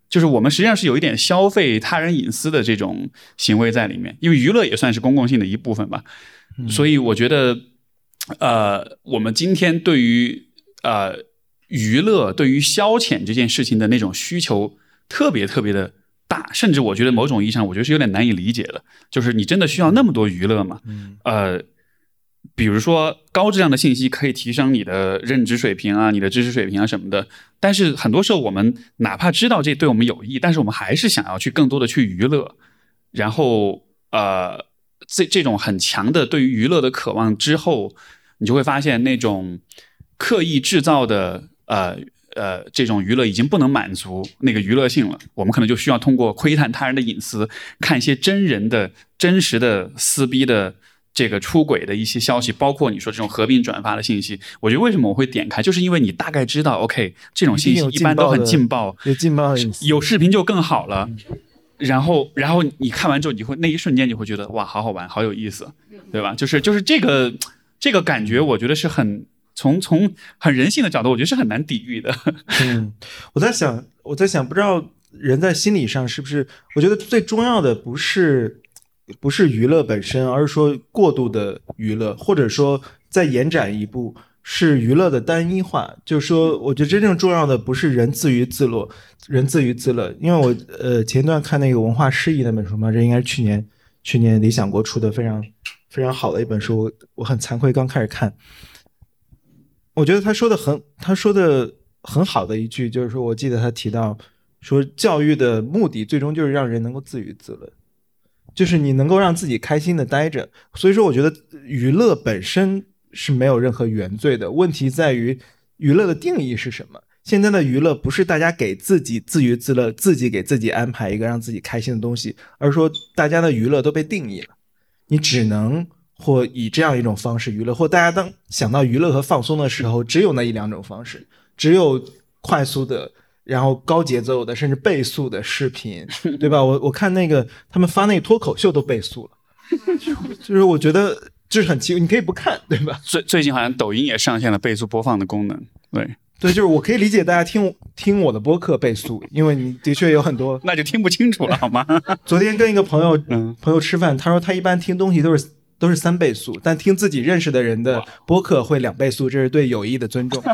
就是我们实际上是有一点消费他人隐私的这种行为在里面，因为娱乐也算是公共性的一部分吧。嗯、所以我觉得，呃，我们今天对于呃娱乐、对于消遣这件事情的那种需求特别特别的大，甚至我觉得某种意义上，我觉得是有点难以理解的。就是你真的需要那么多娱乐吗？嗯、呃。比如说高质量的信息可以提升你的认知水平啊，你的知识水平啊什么的，但是很多时候我们哪怕知道这对我们有益，但是我们还是想要去更多的去娱乐，然后呃这这种很强的对于娱乐的渴望之后，你就会发现那种刻意制造的呃呃这种娱乐已经不能满足那个娱乐性了，我们可能就需要通过窥探他人的隐私，看一些真人的真实的撕逼的这个出轨的一些消息，包括你说这种合并转发的信息，我觉得为什么我会点开，就是因为你大概知道 OK 这种信息一般都很劲爆， 有劲爆的隐私， 有视频就更好了，然后然后你看完之后你会那一瞬间你会觉得哇好好玩好有意思，对吧？就是就是这个这个感觉我觉得是很从从很人性的角度我觉得是很难抵御的。 嗯，我在想我在想不知道人在心理上是不是，我觉得最重要的不是不是娱乐本身，而是说过度的娱乐，或者说再延展一步是娱乐的单一化。就是说我觉得真正重要的不是人自娱自乐，人自娱自乐。因为我呃前段看那个文化诗意那本书嘛，这应该是去年去年理想国出的非常非常好的一本书，我我很惭愧刚开始看，我觉得他说的很他说的很好的一句就是说，我记得他提到说教育的目的最终就是让人能够自娱自乐，就是你能够让自己开心的待着。所以说我觉得娱乐本身是没有任何原罪的，问题在于娱乐的定义是什么。现在的娱乐不是大家给自己自娱自乐，自己给自己安排一个让自己开心的东西，而是说大家的娱乐都被定义了，你只能或以这样一种方式娱乐，或大家当想到娱乐和放松的时候只有那一两种方式，只有快速的然后高节奏的甚至倍速的视频，对吧？我我看那个他们发那个脱口秀都倍速了，就是我觉得就是很奇怪，你可以不看，对吧？ 最最近好像抖音也上线了倍速播放的功能，对对，就是我可以理解大家听听我的播客倍速，因为你的确有很多那就听不清楚了好吗？ 昨天跟一个朋友、嗯、朋友吃饭，他说他一般听东西都是都是三倍速，但听自己认识的人的播客会两倍速，这是对友谊的尊重。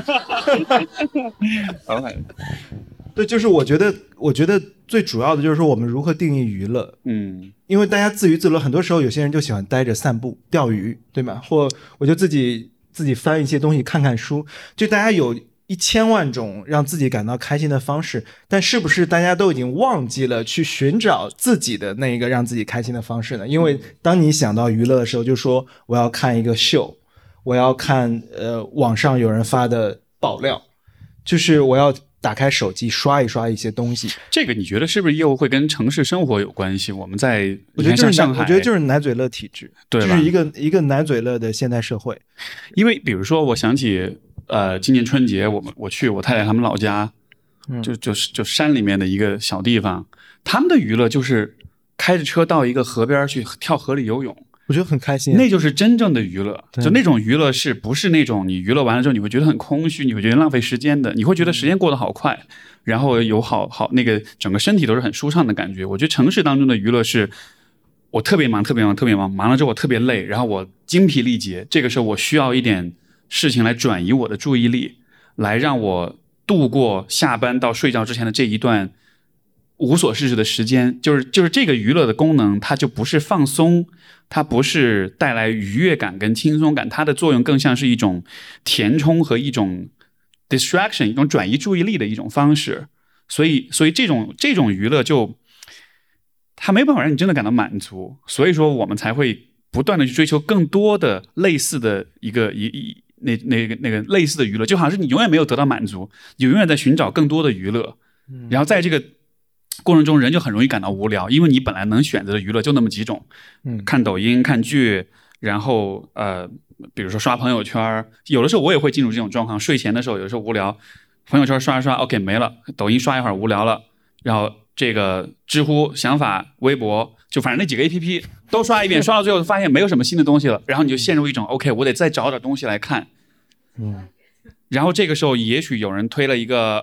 对，就是我觉得，我觉得最主要的就是说我们如何定义娱乐。嗯，因为大家自娱自乐，很多时候有些人就喜欢待着散步、钓鱼，对吗？或我就自己自己翻一些东西、看看书，就大家有一千万种让自己感到开心的方式，但是不是大家都已经忘记了去寻找自己的那一个让自己开心的方式呢？因为当你想到娱乐的时候，就说我要看一个秀，我要看呃网上有人发的爆料，就是我要打开手机刷一刷一些东西。 这个你觉得是不是又会跟城市生活有关系？我们在我觉得就是上海， 我觉得就是奶嘴乐体制， 对吧？ 就是一个一个奶嘴乐的现代社会。 因为比如说，我想起呃，今年春节我们我去我太太他们老家，就就是就山里面的一个小地方，他们的娱乐就是开着车到一个河边去跳河里游泳。 我觉得很开心， 那就是真正的娱乐。就那种娱乐是不是那种你娱乐完了之后你会觉得很空虚，你会觉得浪费时间的，你会觉得时间过得好快，然后有好好那个整个身体都是很舒畅的感觉。我觉得城市当中的娱乐是我特别忙特别忙特别忙，忙了之后我特别累，然后我精疲力竭，这个时候我需要一点事情来转移我的注意力，来让我度过下班到睡觉之前的这一段无所事事的时间。就是就是这个娱乐的功能，它就不是放松，它不是带来愉悦感跟轻松感，它的作用更像是一种填充和一种 distraction， 一种转移注意力的一种方式。所以所以这种这种娱乐就它没办法让你真的感到满足，所以说我们才会不断的去追求更多的类似的一个一一那那个那个类似的娱乐，就好像是你永远没有得到满足，你永远在寻找更多的娱乐，然后在这个过程中人就很容易感到无聊，因为你本来能选择的娱乐就那么几种，嗯，看抖音看剧，然后呃比如说刷朋友圈，有的时候我也会进入这种状况，睡前的时候有的时候无聊，朋友圈刷一刷 OK 没了，抖音刷一会儿无聊了，然后这个知乎想法微博就反正那几个 A P P 都刷一遍，刷到最后发现没有什么新的东西了，然后你就陷入一种 OK 我得再找点东西来看，嗯，然后这个时候也许有人推了一个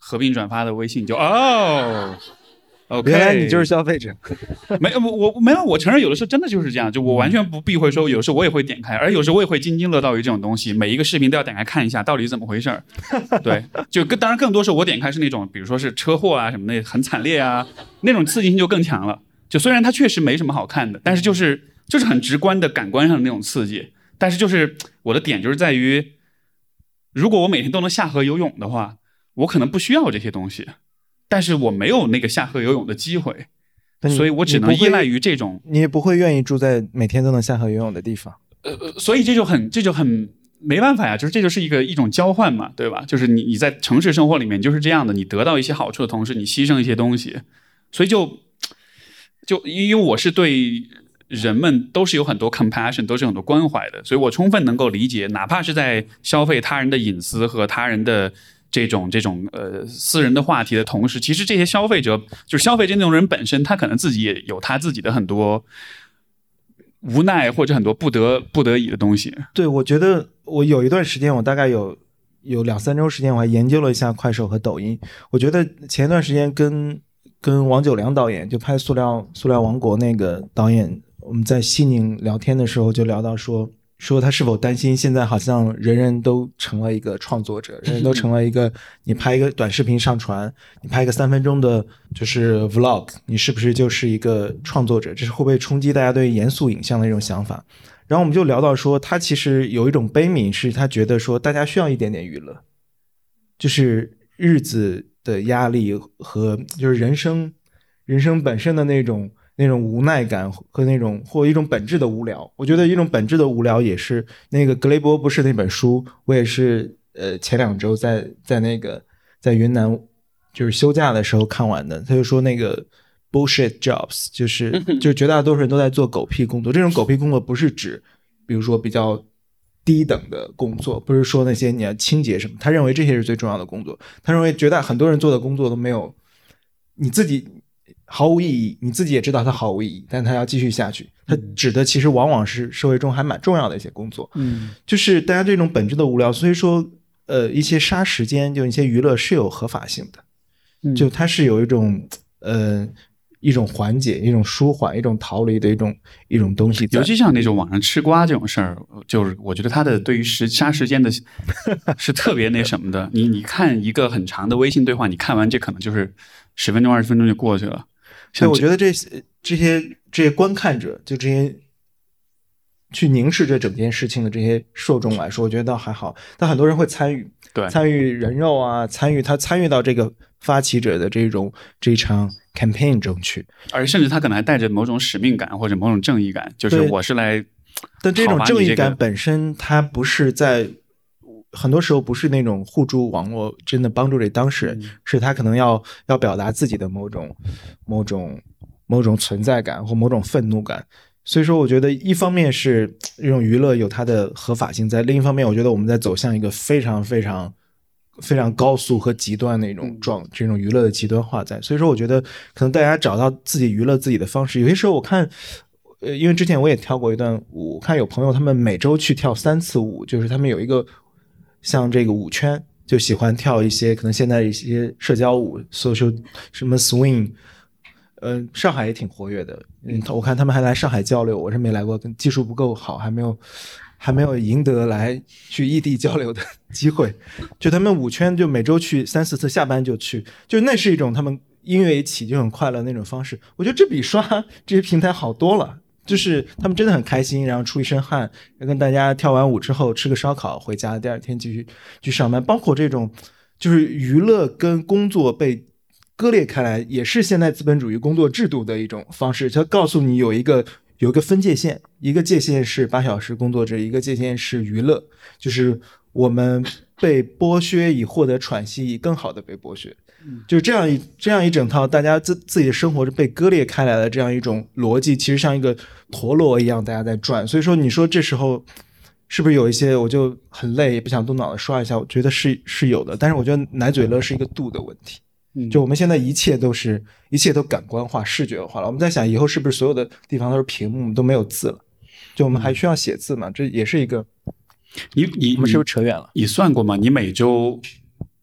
合并转发的微信，你就哦。OK， 原来你就是消费者。 没有我我没有，我承认有的时候真的就是这样，就我完全不避讳说，有时候我也会点开，而有时候我也会津津乐道于这种东西，每一个视频都要点开看一下到底怎么回事儿。对，就跟当然更多时候我点开是那种，比如说是车祸啊什么的，很惨烈啊，那种刺激性就更强了。就虽然它确实没什么好看的，但是就是就是很直观的感官上的那种刺激。但是就是我的点就是在于，如果我每天都能下河游泳的话，我可能不需要这些东西。但是我没有那个下河游泳的机会，所以我只能依赖于这种。 你也不会愿意住在每天都能下河游泳的地方。 呃，所以这就很这就很没办法呀，就是这就是一个一种交换嘛，对吧？就是你你在城市生活里面就是这样的，你得到一些好处的同时，你牺牲一些东西，所以就就因为我是对人们都是有很多 compassion， 都是有很多关怀的，所以我充分能够理解，哪怕是在消费他人的隐私和他人的。这种这种呃私人的话题的同时，其实这些消费者就是消费这种人本身，他可能自己也有他自己的很多无奈或者很多不得不得已的东西。 对，我觉得我有一段时间，我大概有有两三周时间，我还研究了一下快手和抖音。我觉得前一段时间跟跟王九良导演就拍《塑料塑料王国》那个导演，我们在西宁聊天的时候就聊到说。说他是否担心现在好像人人都成了一个创作者，人人都成了一个你拍一个短视频上传，你拍一个三分钟的就是 vlog， 你是不是就是一个创作者？这是会不会冲击大家对严肃影像的一种想法？然后我们就聊到说，他其实有一种悲悯，是他觉得说大家需要一点点娱乐，就是日子的压力和就是人生人生本身的那种。那种无奈感和那种或一种本质的无聊，我觉得一种本质的无聊也是那个格雷波不是那本书，我也是呃前两周在在那个在云南就是休假的时候看完的。他就说那个 bullshit jobs 就是就是绝大多数人都在做狗屁工作，这种狗屁工作不是指比如说比较低等的工作，不是说那些你要清洁什么，他认为这些是最重要的工作，他认为绝大很多人做的工作都没有你自己。毫无意义，你自己也知道它毫无意义，但它要继续下去。它指的其实往往是社会中还蛮重要的一些工作，嗯，就是大家这种本质的无聊，所以说，呃，一些杀时间，就一些娱乐是有合法性的，就它是有一种呃一种缓解、一种舒缓、一种逃离的一种一种东西。 尤其像那种网上吃瓜这种事儿，就是我觉得它的对于时杀时间的是特别那什么的。你你看一个很长的微信对话，你看完这可能就是十分钟、二十分钟就过去了。 所以我觉得这这些这些观看者，就这些去凝视这整件事情的这些受众来说，我觉得倒还好。但很多人会参与， 对， 参与人肉啊，参与他参与到这个发起者的这种这一场 campaign 中去， 而甚至他可能还带着某种使命感或者某种正义感，就是我是来、这个。 但这种正义感本身，它不是在。很多时候不是那种互助网络真的帮助这当事人，嗯、是他可能要要表达自己的某种某种某种存在感或某种愤怒感。所以说我觉得一方面是这种娱乐有它的合法性在，另一方面我觉得我们在走向一个非常非常非常高速和极端的一种状这种娱乐的极端化在。所以说我觉得可能大家找到自己娱乐自己的方式，有些时候我看呃，因为之前我也跳过一段舞，我看有朋友他们每周去跳三次舞，就是他们有一个像这个舞圈，就喜欢跳一些可能现在一些社交舞 social 什么 swing， 呃，上海也挺活跃的。嗯，我看他们还来上海交流，我是没来过，跟技术不够好，还没有还没有赢得来去异地交流的机会。就他们舞圈就每周去三四次，下班就去，就那是一种他们音乐一起就很快乐那种方式。我觉得这比刷这些平台好多了。就是他们真的很开心，然后出一身汗，跟大家跳完舞之后吃个烧烤回家，第二天继续去上班。包括这种就是娱乐跟工作被割裂开来，也是现代资本主义工作制度的一种方式。它告诉你有一个有一个分界线，一个界限是八小时工作制，一个界限是娱乐，就是我们被剥削以获得喘息，以更好的被剥削。就这样一这样一整套大家自自己的生活是被割裂开来的这样一种逻辑，其实像一个陀螺一样大家在转。所以说你说这时候是不是有一些我就很累也不想动脑子刷一下，我觉得是是有的。但是我觉得奶嘴乐是一个度的问题，就我们现在一切都是一切都感官化视觉化了，我们在想以后是不是所有的地方都是屏幕都没有字了，就我们还需要写字嘛，这也是一个你你我们是不是扯远了？ 你算过吗？你每周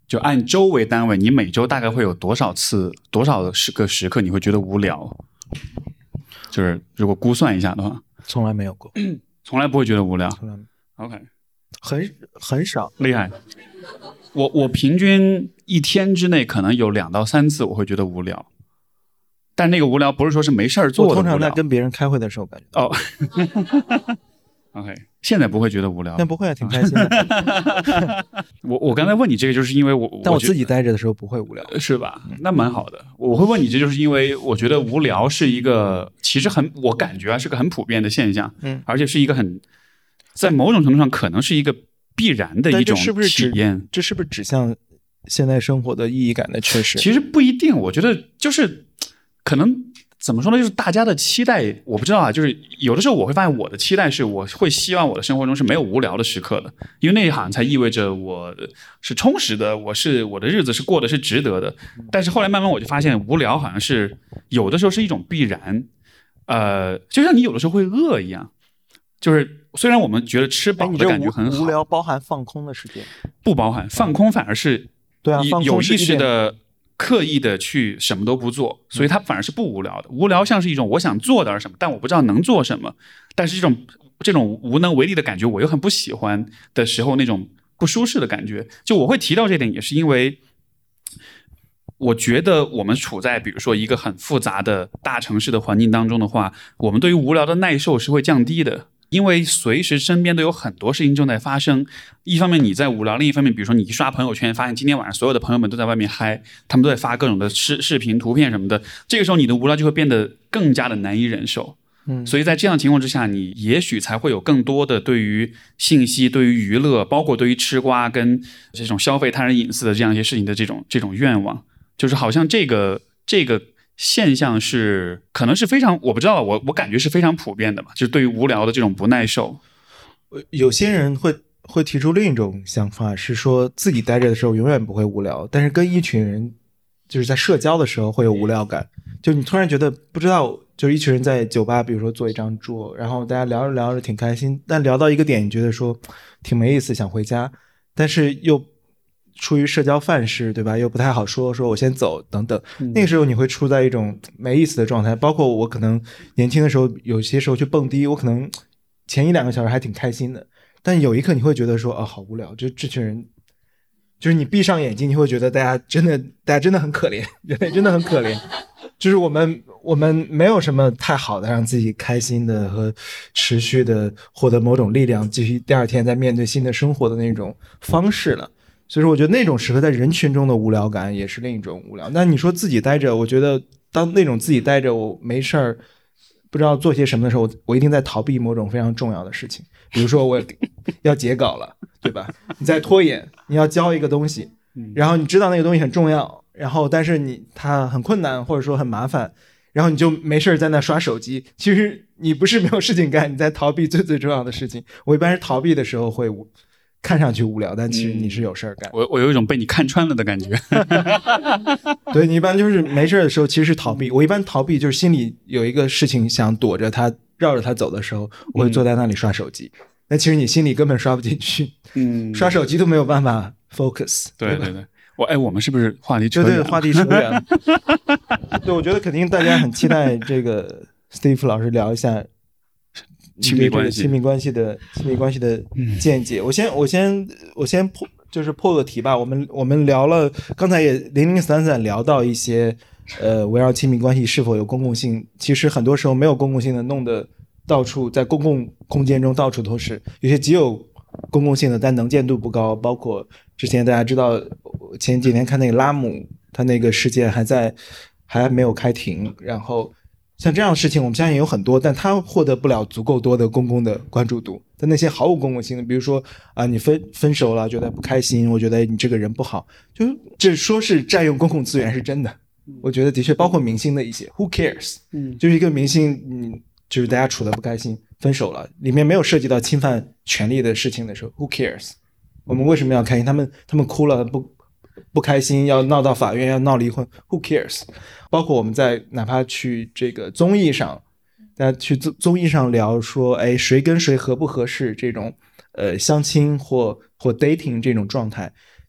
就按周为单位，你每周大概会有多少次、多少个时刻你会觉得无聊？就是如果估算一下的话， 从来没有过， 从来不会觉得无聊。 从来没有 OK， 很很少， 厉害。我我平均一天之内可能有两到三次我会觉得无聊，但那个无聊不是说是没事儿做的无聊。 我通常在跟别人开会的时候感觉到。 哦。OK， 现在不会觉得无聊， 但不会，挺开心的。 我我刚才问你这个，就是因为我， 但我自己待着的时候不会无聊， 是吧？那蛮好的。我会问你这，就是因为我觉得无聊是一个，其实很，我感觉啊是个很普遍的现象，嗯，而且是一个很，在某种程度上可能是一个必然的一种体验。 这是不是指向现代生活的意义感的缺失？ 其实不一定，我觉得就是可能。怎么说呢？就是大家的期待，我不知道啊。就是有的时候我会发现，我的期待是，我会希望我的生活中是没有无聊的时刻的，因为那好像才意味着我是充实的，我是我的日子是过得是值得的。但是后来慢慢我就发现，无聊好像是有的时候是一种必然，呃，就像你有的时候会饿一样。就是虽然我们觉得吃饱的感觉很好， 无聊包含放空的时间， 不包含放空，反而是对啊， 有意识的。刻意的去什么都不做，所以它反而是不无聊的。无聊像是一种我想做点什么，但我不知道能做什么，但是这种这种无能为力的感觉我又很不喜欢的时候，那种不舒适的感觉，就我会提到这点，也是因为我觉得我们处在比如说一个很复杂的大城市的环境当中的话，我们对于无聊的耐受是会降低的。因为随时身边都有很多事情正在发生，一方面你在无聊，另一方面比如说你一刷朋友圈发现今天晚上所有的朋友们都在外面嗨，他们都在发各种的视视频图片什么的，这个时候你的无聊就会变得更加的难以忍受。嗯，所以在这样的情况之下，你也许才会有更多的对于信息、对于娱乐，包括对于吃瓜跟这种消费他人隐私的这样一些事情的这种这种愿望，就是好像这个这个现象是可能是非常，我不知道，我我感觉是非常普遍的嘛，就是对于无聊的这种不耐受。 有些人会会提出另一种想法，是说自己待着的时候永远不会无聊，但是跟一群人就是在社交的时候会有无聊感。就你突然觉得不知道，就是一群人在酒吧，比如说坐一张桌，然后大家聊着聊着挺开心，但聊到一个点，你觉得说挺没意思，想回家，但是又出于社交范式，对吧？又不太好说，说我先走等等。那个时候你会处在一种没意思的状态。包括我可能年轻的时候，有些时候去蹦迪，我可能前一两个小时还挺开心的，但有一刻你会觉得说，啊，好无聊。就这群人，就是你闭上眼睛，你会觉得大家真的，大家真的很可怜，人类真的很可怜。就是我们，我们没有什么太好的让自己开心的和持续的获得某种力量，继续第二天再面对新的生活的那种方式了。所以说我觉得那种时刻在人群中的无聊感也是另一种无聊。那你说自己待着，我觉得当那种自己待着我没事儿不知道做些什么的时候，我我一定在逃避某种非常重要的事情。比如说我要截稿了，对吧？你在拖延，你要交一个东西，然后你知道那个东西很重要，然后但是你它很困难或者说很麻烦，然后你就没事在那刷手机。其实你不是没有事情干，你在逃避最最重要的事情。我一般是逃避的时候会看上去无聊，但其实你是有事儿干。 嗯、我我有一种被你看穿了的感觉。 对，你一般就是没事的时候其实是逃避。我一般逃避就是心里有一个事情想躲着它，绕着它走的时候，我会坐在那里刷手机。那、嗯、其实你心里根本刷不进去，嗯，刷手机都没有办法 focus。 对对对，我哎，我们是不是话题扯远了？ 对对，话题扯远了。对，我觉得肯定大家很期待这个 Steve 老师聊一下。 亲密关系， 亲密关系的亲密关系的见解。嗯、我先，我先，我先破，就是破个题吧。我们我们聊了，刚才也零零散散聊到一些，呃，围绕亲密关系是否有公共性。其实很多时候没有公共性的，弄得到处在公共空间中到处都是。有些极有公共性的，但能见度不高。包括之前大家知道，前几年看那个拉姆，他那个事件还在还没有开庭，然后。像这样的事情我们相信有很多，但它获得不了足够多的公共的关注度。但那些毫无公共性的，比如说啊，你分分手了觉得不开心，我觉得你这个人不好，就这说是占用公共资源是真的。我觉得的确包括明星的一些 who cares， 嗯，就是一个明星，嗯，就是大家处得不开心分手了，里面没有涉及到侵犯权利的事情的时候 who cares， 我们为什么要开心？他们他们哭了不不开心要闹到法院要闹离婚 who cares。包括我们在哪怕去这个综艺上，大家去综艺上聊说，哎，谁跟谁合不合适这种呃相亲或或 dating 这种状态，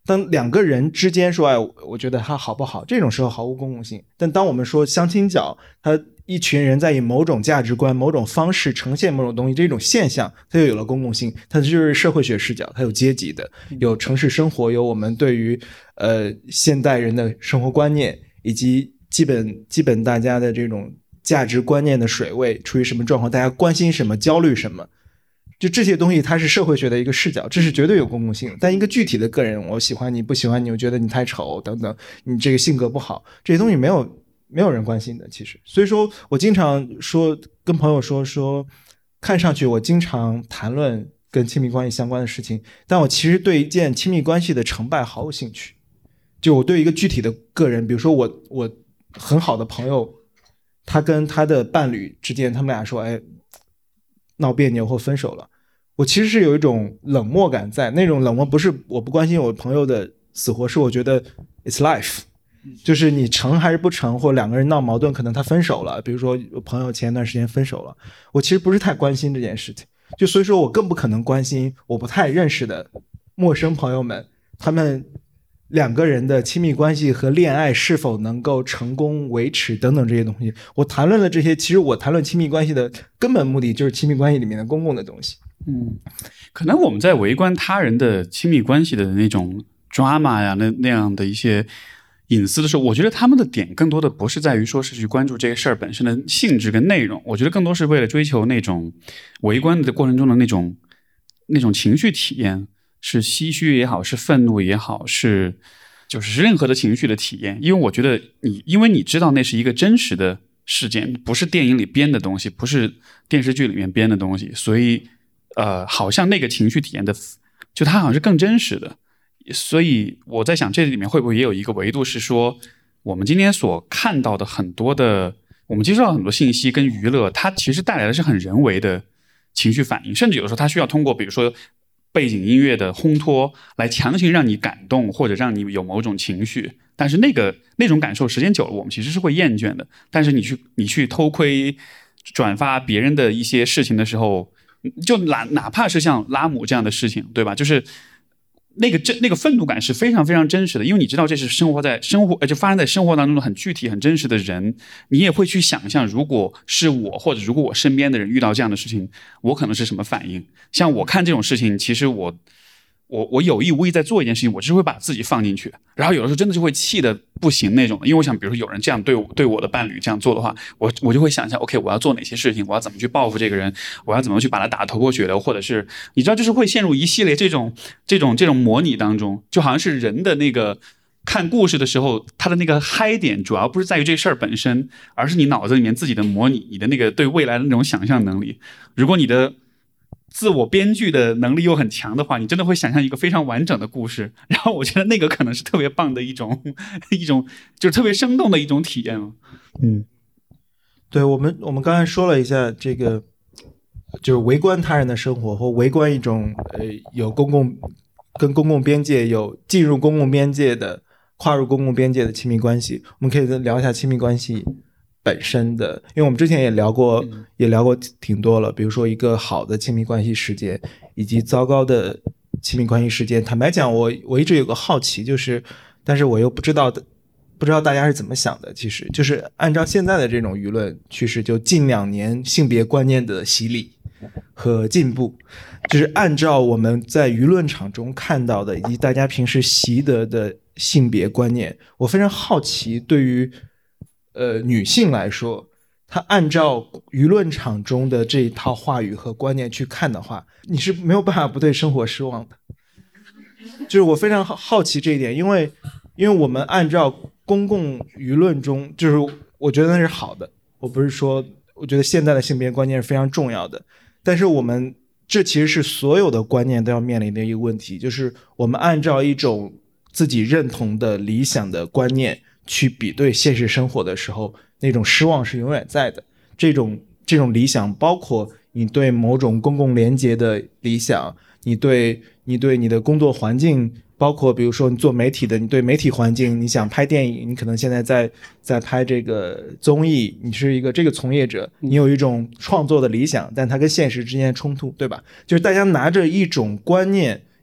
当两个人之间说哎我觉得他好不好，这种时候毫无公共性。但当我们说相亲角，他一群人在以某种价值观某种方式呈现某种东西，这种现象它就有了公共性，它就是社会学视角，它有阶级的，有城市生活，有我们对于呃现代人的生活观念，以及基本基本大家的这种价值观念的水位处于什么状况，大家关心什么，焦虑什么，就这些东西它是社会学的一个视角，这是绝对有公共性的。但一个具体的个人，我喜欢你不喜欢你，我觉得你太丑等等，你这个性格不好，这些东西没有没有人关心的其实。所以说我经常说跟朋友说说看上去我经常谈论跟亲密关系相关的事情，但我其实对一件亲密关系的成败毫无兴趣。就我对一个具体的个人，比如说我我很好的朋友，他跟他的伴侣之间他们俩说哎闹别扭或分手了，我其实是有一种冷漠感在。那种冷漠不是我不关心我朋友的死活，是我觉得 it's life，就是你成还是不成，或两个人闹矛盾，可能他分手了，比如说我朋友前一段时间分手了，我其实不是太关心这件事情，就所以说我更不可能关心我不太认识的陌生朋友们，他们两个人的亲密关系和恋爱是否能够成功维持等等这些东西。我谈论了这些，其实我谈论亲密关系的根本目的就是亲密关系里面的公共的东西。 嗯，可能我们在围观他人的亲密关系的那种 drama 呀，那那样的一些隐私的时候，我觉得他们的点更多的不是在于说是去关注这个事儿本身的性质跟内容，我觉得更多是为了追求那种围观的过程中的那种那种情绪体验，是唏嘘也好，是愤怒也好，是就是任何的情绪的体验。因为我觉得你因为你知道那是一个真实的事件，不是电影里编的东西，不是电视剧里面编的东西，所以呃，好像那个情绪体验的就它好像是更真实的。所以我在想这里面会不会也有一个维度是说，我们今天所看到的很多的我们接触到很多信息跟娱乐，它其实带来的是很人为的情绪反应，甚至有的时候它需要通过比如说背景音乐的烘托来强行让你感动，或者让你有某种情绪，但是那个那种感受时间久了我们其实是会厌倦的。但是你去你去偷窥转发别人的一些事情的时候，就哪哪怕是像拉姆这样的事情，对吧，就是那个真那个愤怒感是非常非常真实的，因为你知道这是生活在生活呃就发生在生活当中的很具体很真实的人，你也会去想象如果是我或者如果我身边的人遇到这样的事情，我可能是什么反应。像我看这种事情，其实我我我有意无意在做一件事情，我就是会把自己放进去，然后有的时候真的就会气得不行那种的。因为我想比如说有人这样对我对我的伴侣这样做的话，我我就会想一下 OK 我要做哪些事情，我要怎么去报复这个人，我要怎么去把他打头破血流，或者是你知道就是会陷入一系列这种这种这种模拟当中，就好像是人的那个看故事的时候他的那个嗨点主要不是在于这事儿本身，而是你脑子里面自己的模拟，你的那个对未来的那种想象能力。如果你的自我编剧的能力又很强的话，你真的会想象一个非常完整的故事，然后我觉得那个可能是特别棒的一种一种就是特别生动的一种体验。 嗯，对，我们我们刚才说了一下这个就是围观他人的生活，或围观一种呃有公共跟公共边界有进入公共边界的跨入公共边界的亲密关系。我们可以聊一下亲密关系本身的，因为我们之前也聊过、嗯、也聊过挺多了，比如说一个好的亲密关系事件以及糟糕的亲密关系事件。坦白讲我我一直有个好奇，就是但是我又不知道不知道大家是怎么想的，其实就是按照现在的这种舆论趋势，就近两年性别观念的洗礼和进步，就是按照我们在舆论场中看到的以及大家平时习得的性别观念，我非常好奇对于呃，女性来说，她按照舆论场中的这一套话语和观念去看的话，你是没有办法不对生活失望的。就是我非常好奇这一点，因为因为我们按照公共舆论中，就是我觉得那是好的，我不是说我觉得现在的性别观念是非常重要的，但是我们这其实是所有的观念都要面临的一个问题，就是我们按照一种自己认同的理想的观念去比对现实生活的时候，那种失望是永远在的。这种这种理想包括你对某种公共连结的理想，你对你对你的工作环境，包括比如说你做媒体的，你对媒体环境，你想拍电影，你可能现在在在拍这个综艺，你是一个这个从业者，你有一种创作的理想，但它跟现实之间的冲突，对吧？就是大家拿着一种观念，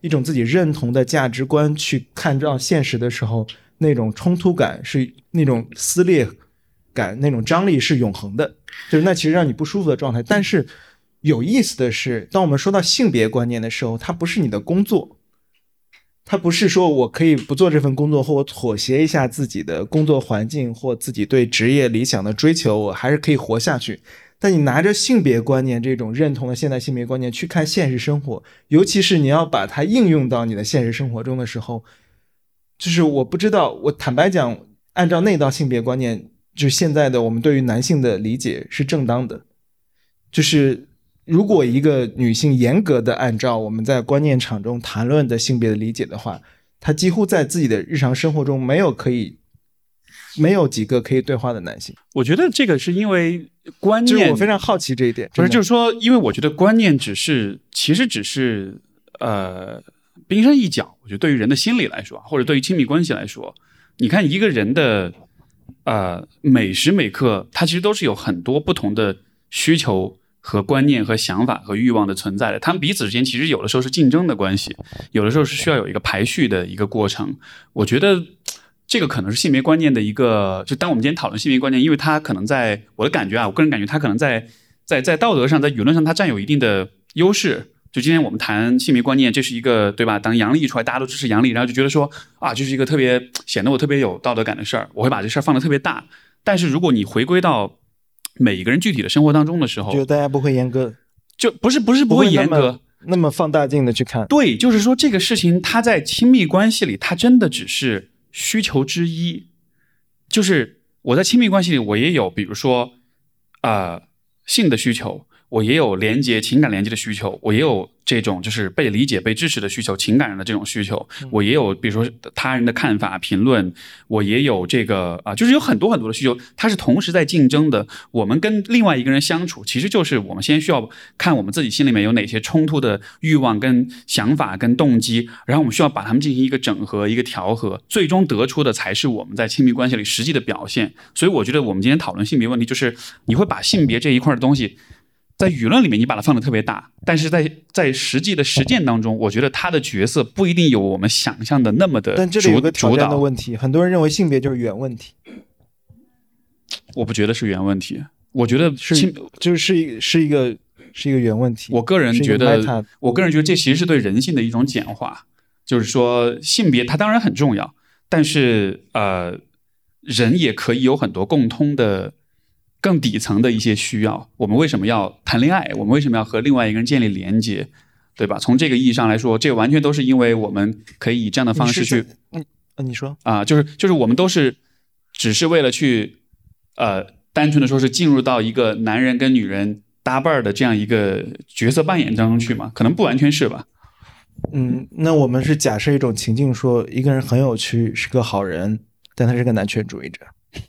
一种自己认同的价值观去看到现实的时候，那种冲突感是那种撕裂感，那种张力是永恒的，就是那其实让你不舒服的状态。但是有意思的是，当我们说到性别观念的时候，它不是你的工作，它不是说我可以不做这份工作，或我妥协一下自己的工作环境或自己对职业理想的追求，我还是可以活下去。但你拿着性别观念这种认同的现代性别观念去看现实生活，尤其是你要把它应用到你的现实生活中的时候，就是我不知道，我坦白讲，按照那道性别观念，就是现在的我们对于男性的理解是正当的，就是如果一个女性严格的按照我们在观念场中谈论的性别的理解的话，她几乎在自己的日常生活中没有可以没有几个可以对话的男性。 我觉得这个是因为观念， 就是我非常好奇这一点。 不是，就是说，因为我觉得观念只是，其实只是呃冰山一角。我觉得对于人的心理来说，或者对于亲密关系来说，你看一个人的呃每时每刻，他其实都是有很多不同的需求和观念和想法和欲望的存在的，他们彼此之间其实有的时候是竞争的关系，有的时候是需要有一个排序的一个过程。我觉得这个可能是性别观念的一个，就当我们今天讨论性别观念，因为它可能在我的感觉啊，我个人感觉它可能在在在道德上，在舆论上，它占有一定的优势。就今天我们谈性别观念，这是一个对吧？当杨笠一出来，大家都支持杨笠，然后就觉得说啊，这是一个特别显得我特别有道德感的事儿，我会把这事儿放得特别大。但是如果你回归到每一个人具体的生活当中的时候， 觉得大家不会严格， 就不是不是不会严格， 那么, 那么放大镜的去看。 对，就是说这个事情，它在亲密关系里，它真的只是需求之一。就是我在亲密关系里，我也有，比如说，呃，性的需求，我也有连接情感连接的需求，我也有这种就是被理解、被支持的需求，情感上的这种需求，我也有比如说他人的看法、评论，我也有这个啊、呃，就是有很多很多的需求，它是同时在竞争的。我们跟另外一个人相处，其实就是我们先需要看我们自己心里面有哪些冲突的欲望、跟想法、跟动机，然后我们需要把它们进行一个整合、一个调和，最终得出的才是我们在亲密关系里实际的表现。所以我觉得我们今天讨论性别问题，就是你会把性别这一块的东西，在舆论里面你把它放得特别大，但是在在实际的实践当中，我觉得他的角色不一定有我们想象的那么的主导。 但这里有个挑战的问题，很多人认为性别就是原问题， 我不觉得是原问题，我觉得是就是一是一个是一个原问题。 我个人觉得，我个人觉得这其实是对人性的一种简化，就是说性别它当然很重要，但是呃，人也可以有很多共通的。更底层的一些需要，我们为什么要谈恋爱？我们为什么要和另外一个人建立连接，对吧？从这个意义上来说，这完全都是因为我们可以以这样的方式去， 嗯，你说啊，就是就是我们都是只是为了去，呃，单纯的说是进入到一个男人跟女人搭伴的这样一个角色扮演当中去嘛？可能不完全是吧？ 嗯，那我们是假设一种情境，说一个人很有趣，是个好人，但他是个男权主义者。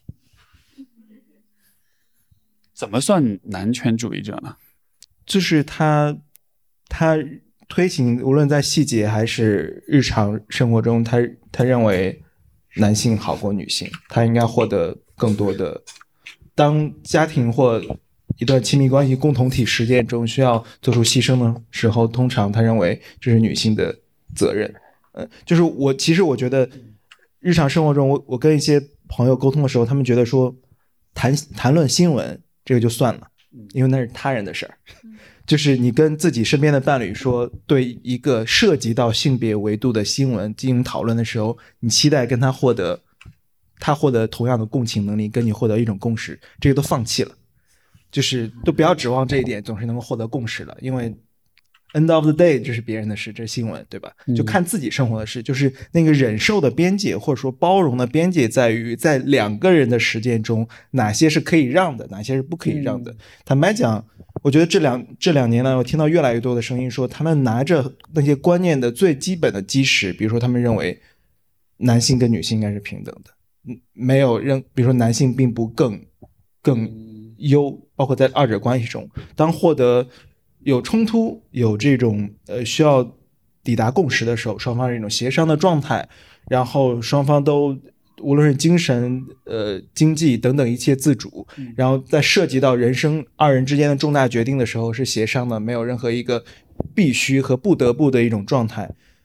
怎么算男权主义者呢？ 就是他他推行无论在细节还是日常生活中，他他认为男性好过女性，他应该获得更多的，当家庭或一段亲密关系共同体实践中需要做出牺牲的时候，通常他认为这是女性的责任。呃，就是我其实我觉得日常生活中，我我跟一些朋友沟通的时候，他们觉得说谈谈论新闻这个就算了，因为那是他人的事儿。就是你跟自己身边的伴侣说，对一个涉及到性别维度的新闻进行讨论的时候，你期待跟他获得他获得同样的共情能力，跟你获得一种共识，这个都放弃了。就是都不要指望这一点总是能够获得共识了，因为 end of the day 这是别人的事，这是新闻，对吧？就看自己生活的事。就是那个忍受的边界或者说包容的边界在于在两个人的实践中，哪些是可以让的，哪些是不可以让的。坦白讲，我觉得这两这两年来，我听到越来越多的声音说，他们拿着那些观念的最基本的基石，比如说他们认为男性跟女性应该是平等的，没有任，比如说男性并不更更优，包括在二者关系中，当获得有冲突有这种呃需要抵达共识的时候，双方是一种协商的状态，然后双方都无论是精神呃经济等等一切自主，然后在涉及到人生二人之间的重大决定的时候是协商的，没有任何一个必须和不得不的一种状态。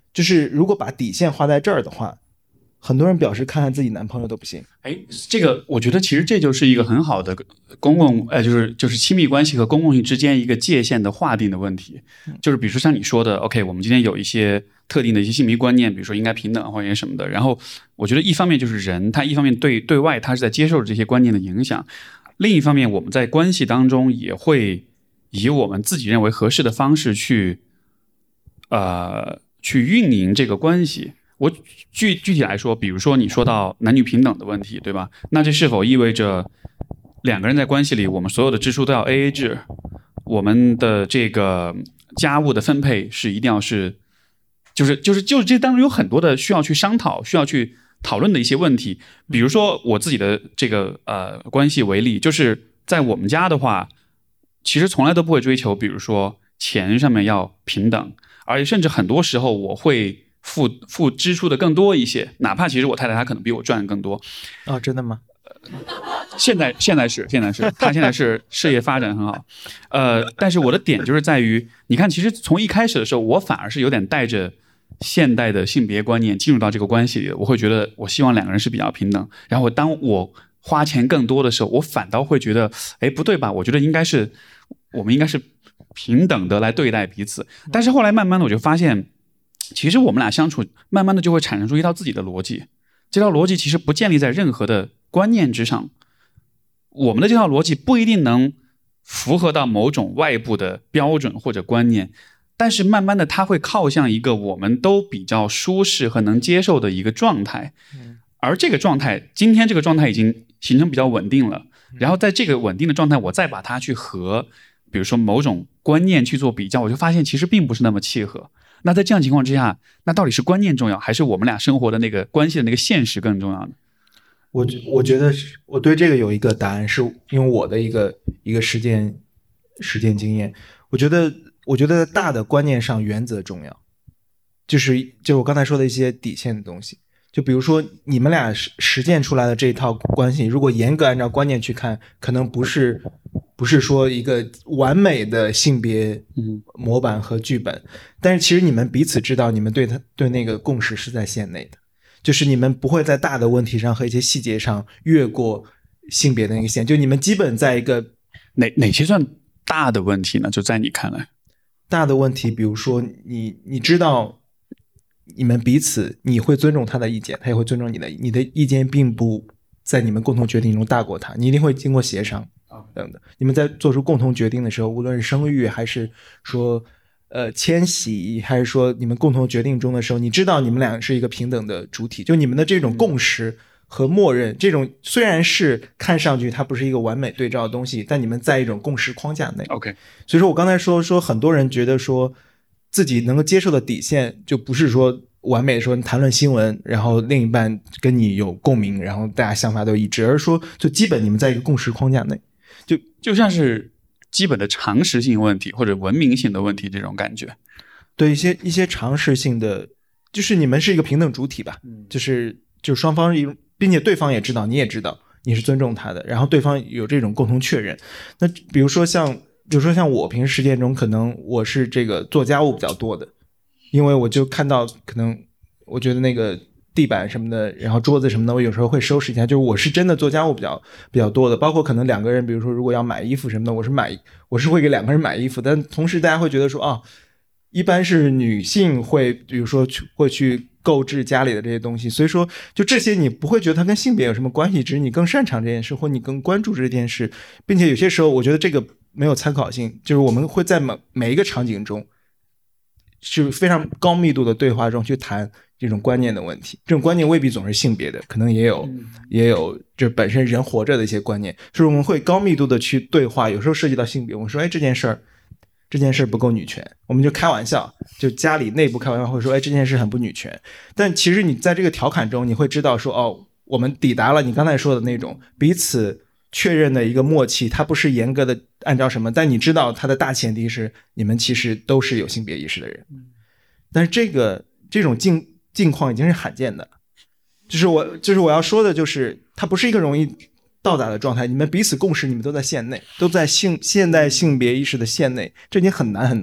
就是如果把底线画在这儿的话，很多人表示看看自己男朋友都不行。 哎，这个我觉得其实这就是一个很好的公共，呃，就是就是亲密关系和公共性之间一个界限的划定的问题。就是比如说像你说的 ，OK， 我们今天有一些特定的一些性别观念，比如说应该平等或者什么的。然后我觉得一方面就是人，他一方面对对外他是在接受这些观念的影响，另一方面我们在关系当中也会以我们自己认为合适的方式去，呃，去运营这个关系。我具具体来说，比如说你说到男女平等的问题，对吧？那这是否意味着两个人在关系里，我们所有的支出都要 A A 制？我们的这个家务的分配是一定要是，就是就是就是这当中有很多的需要去商讨、需要去讨论的一些问题。比如说我自己的这个呃关系为例，就是在我们家的话，其实从来都不会追求，比如说钱上面要平等，而且甚至很多时候我会。付付支出的更多一些，哪怕其实我太太她可能比我赚更多。 哦，真的吗？ 现在现在是现在是她现在是事业发展很好，呃，但是我的点就是在于，你看，其实从一开始的时候，我反而是有点带着现代的性别观念进入到这个关系里的，我会觉得我希望两个人是比较平等，然后当我花钱更多的时候，我反倒会觉得，哎，不对吧？我觉得应该是我们应该是平等的来对待彼此，但是后来慢慢的我就发现。其实我们俩相处，慢慢的就会产生出一套自己的逻辑。这套逻辑其实不建立在任何的观念之上。我们的这套逻辑不一定能符合到某种外部的标准或者观念，但是慢慢的它会靠向一个我们都比较舒适和能接受的一个状态。而这个状态，今天这个状态已经形成比较稳定了。然后在这个稳定的状态，我再把它去和，比如说某种观念去做比较，我就发现其实并不是那么契合。那在这样情况之下，那到底是观念重要，还是我们俩生活的那个关系的那个现实更重要呢？ 我我觉得我对这个有一个答案，是因为我的一个一个实践实践经验。我觉得我觉得大的观念上原则重要，就是就是我刚才说的一些底线的东西。就比如说你们俩实践出来的这一套关系，如果严格按照观念去看，可能不是不是说一个完美的性别模板和剧本，但是其实你们彼此知道，你们对他对那个共识是在线内的，就是你们不会在大的问题上和一些细节上越过性别的那个线，就你们基本在一个哪哪些算大的问题呢？就在你看来， 大的问题，比如说你你知道。你们彼此，你会尊重他的意见，他也会尊重你的，你的意见并不在你们共同决定中大过他，你一定会经过协商等等。你们在做出共同决定的时候，无论是生育还是说呃迁徙，还是说你们共同决定中的时候，你知道你们俩是一个平等的主体，就你们的这种共识和默认，这种虽然是看上去它不是一个完美对照的东西，但你们在一种共识框架内。 OK， 所以说我刚才说说很多人觉得说自己能够接受的底线，就不是说完美说你谈论新闻，然后另一半跟你有共鸣，然后大家想法都一致，而是说就基本你们在一个共识框架内， 就就像是基本的常识性问题或者文明性的问题这种感觉。 对，一些一些常识性的，就是你们是一个平等主体吧，嗯、就是就双方一，并且对方也知道，你也知道你是尊重他的，然后对方有这种共同确认。那比如说像比如说像我平时实践中，可能我是这个做家务比较多的，因为我就看到可能我觉得那个地板什么的，然后桌子什么的，我有时候会收拾一下，就是我是真的做家务比较比较多的，包括可能两个人，比如说如果要买衣服什么的，我是买我是会给两个人买衣服，但同时大家会觉得说啊，一般是女性会比如说去会去购置家里的这些东西，所以说就这些你不会觉得它跟性别有什么关系，只是你更擅长这件事，或你更关注这件事，并且有些时候我觉得这个没有参考性，就是我们会在每每一个场景中是非常高密度的对话中去谈这种观念的问题，这种观念未必总是性别的，可能也有、嗯、也有就本身人活着的一些观念，所以我们会高密度的去对话，有时候涉及到性别，我们说哎这件事儿这件事不够女权，我们就开玩笑，就家里内部开玩笑会说哎这件事很不女权，但其实你在这个调侃中你会知道说哦我们抵达了你刚才说的那种彼此确认的一个默契，它不是严格的按照什么，但你知道它的大前提是你们其实都是有性别意识的人，但是这个这种境境况已经是罕见的，就是我就是我要说的就是它不是一个容易到达的状态，你们彼此共识，你们都在线内，都在性现代性别意识的线内，这已经很难很难了。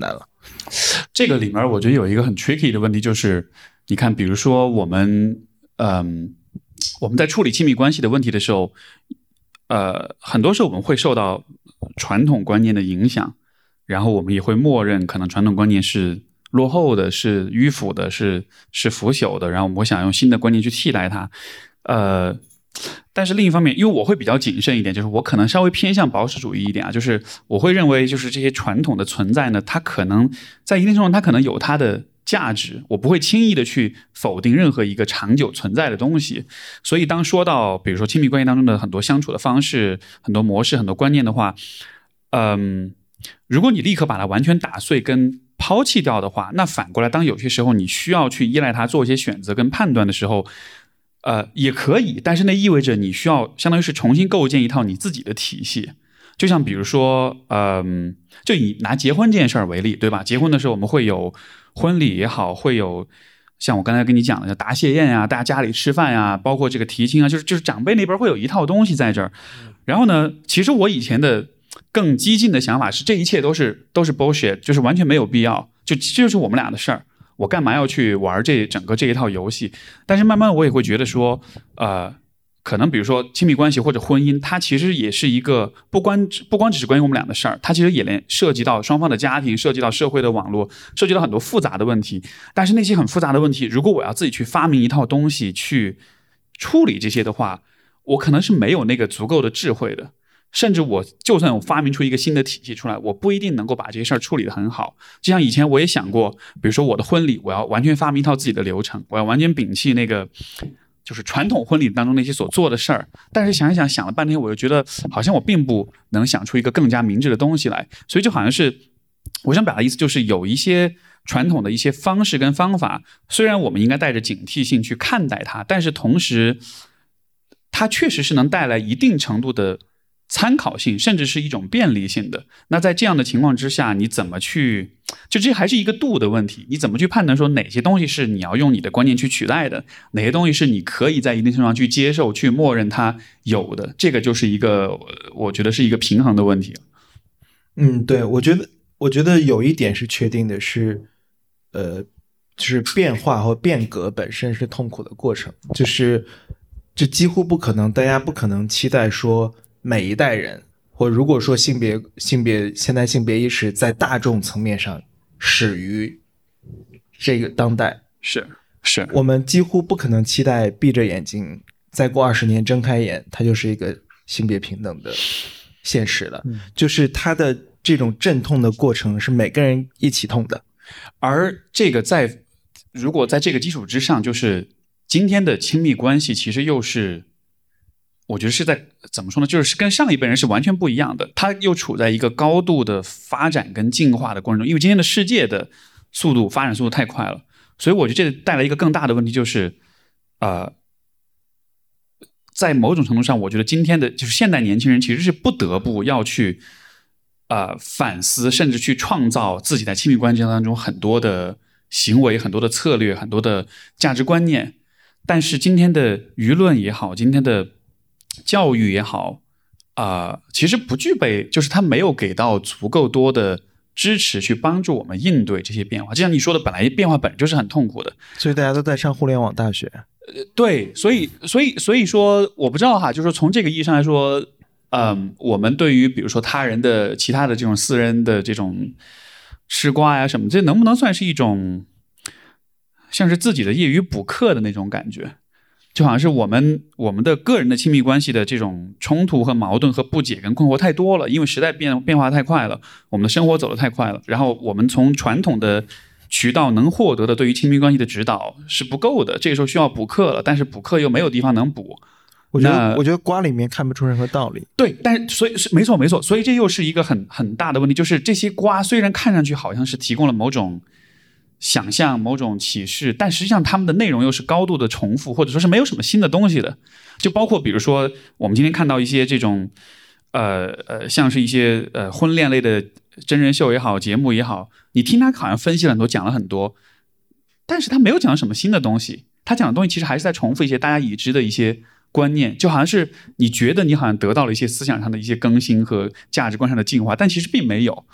这个里面我觉得有一个很 tricky 的问题，就是你看，比如说我们，嗯，我们在处理亲密关系的问题的时候，呃，很多时候我们会受到传统观念的影响，然后我们也会默认可能传统观念是落后的，是迂腐的，是是腐朽的，然后我们会想用新的观念去替代它，呃。但是另一方面，因为我会比较谨慎一点，就是我可能稍微偏向保守主义一点啊，就是我会认为就是这些传统的存在呢，它可能在一定程度上它可能有它的价值，我不会轻易的去否定任何一个长久存在的东西。所以当说到比如说亲密关系当中的很多相处的方式、很多模式、很多观念的话，嗯，如果你立刻把它完全打碎跟抛弃掉的话，那反过来当有些时候你需要去依赖它做一些选择跟判断的时候，呃，也可以，但是那意味着你需要相当于是重新构建一套你自己的体系。就像比如说，嗯、呃，就以拿结婚这件事儿为例，对吧？结婚的时候我们会有婚礼也好，会有像我刚才跟你讲的答谢宴呀，大家家里吃饭呀，包括这个提亲啊，就是就是长辈那边会有一套东西在这儿。然后呢，其实我以前的更激进的想法是，这一切都是都是 bullshit， 就是完全没有必要，就这就是我们俩的事儿。我干嘛要去玩这整个这一套游戏？但是慢慢我也会觉得说，呃，可能比如说亲密关系或者婚姻，它其实也是一个不光不光只是关于我们俩的事儿，它其实也连涉及到双方的家庭，涉及到社会的网络，涉及到很多复杂的问题。但是那些很复杂的问题，如果我要自己去发明一套东西去处理这些的话，我可能是没有那个足够的智慧的。甚至我就算我发明出一个新的体系出来，我不一定能够把这些事儿处理得很好。就像以前我也想过，比如说我的婚礼，我要完全发明一套自己的流程，我要完全摒弃那个就是传统婚礼当中那些所做的事儿。但是想一想，想了半天，我又觉得好像我并不能想出一个更加明智的东西来。所以就好像是我想表达的意思，就是有一些传统的一些方式跟方法，虽然我们应该带着警惕性去看待它，但是同时它确实是能带来一定程度的参考性，甚至是一种便利性的。那在这样的情况之下，你怎么去，就这还是一个度的问题，你怎么去判断说哪些东西是你要用你的观念去取代的，哪些东西是你可以在一定程度上去接受去默认它有的，这个就是一个我觉得是一个平衡的问题。 嗯，对，我觉得我觉得有一点是确定的是呃就是变化或变革本身是痛苦的过程，就是这几乎不可能，大家不可能期待说每一代人，或如果说性别性别现代性别意识在大众层面上始于这个当代， 是是， 我们几乎不可能期待闭着眼睛再过二十年睁开眼，它就是一个性别平等的现实了。嗯、就是它的这种阵痛的过程是每个人一起痛的， 而这个在如果在这个基础之上，就是今天的亲密关系其实又是。我觉得是在怎么说呢，就是跟上一辈人是完全不一样的，他又处在一个高度的发展跟进化的过程中，因为今天的世界的速度发展速度太快了，所以我觉得这带来一个更大的问题，就是呃，在某种程度上我觉得今天的就是现代年轻人其实是不得不要去呃反思，甚至去创造自己在亲密关系当中很多的行为，很多的策略，很多的价值观念。但是今天的舆论也好，今天的教育也好，啊、呃，其实不具备，就是它没有给到足够多的支持去帮助我们应对这些变化。就像你说的，本来变化本就是很痛苦的， 所以大家都在上互联网大学。 呃，对，所以，所以，所以说，我不知道哈，就是说从这个意义上来说，嗯，我们对于比如说他人的其他的这种私人的这种吃瓜呀什么，这能不能算是一种像是自己的业余补课的那种感觉？就好像是我们我们的个人的亲密关系的这种冲突和矛盾和不解跟困惑太多了，因为时代变变化太快了，我们的生活走得太快了，然后我们从传统的渠道能获得的对于亲密关系的指导是不够的，这个时候需要补课了，但是补课又没有地方能补。 我觉得我觉得瓜里面看不出任何道理。 对，但是所以是没错没错，所以这又是一个很很大的问题，就是这些瓜虽然看上去好像是提供了某种想象某种启示，但实际上他们的内容又是高度的重复，或者说是没有什么新的东西的。就包括比如说我们今天看到一些这种呃呃像是一些呃婚恋类的真人秀也好，节目也好，你听他好像分析了很多，讲了很多，但是他没有讲什么新的东西，他讲的东西其实还是在重复一些大家已知的一些观念，就好像是你觉得你好像得到了一些思想上的一些更新和价值观上的进化，但其实并没有。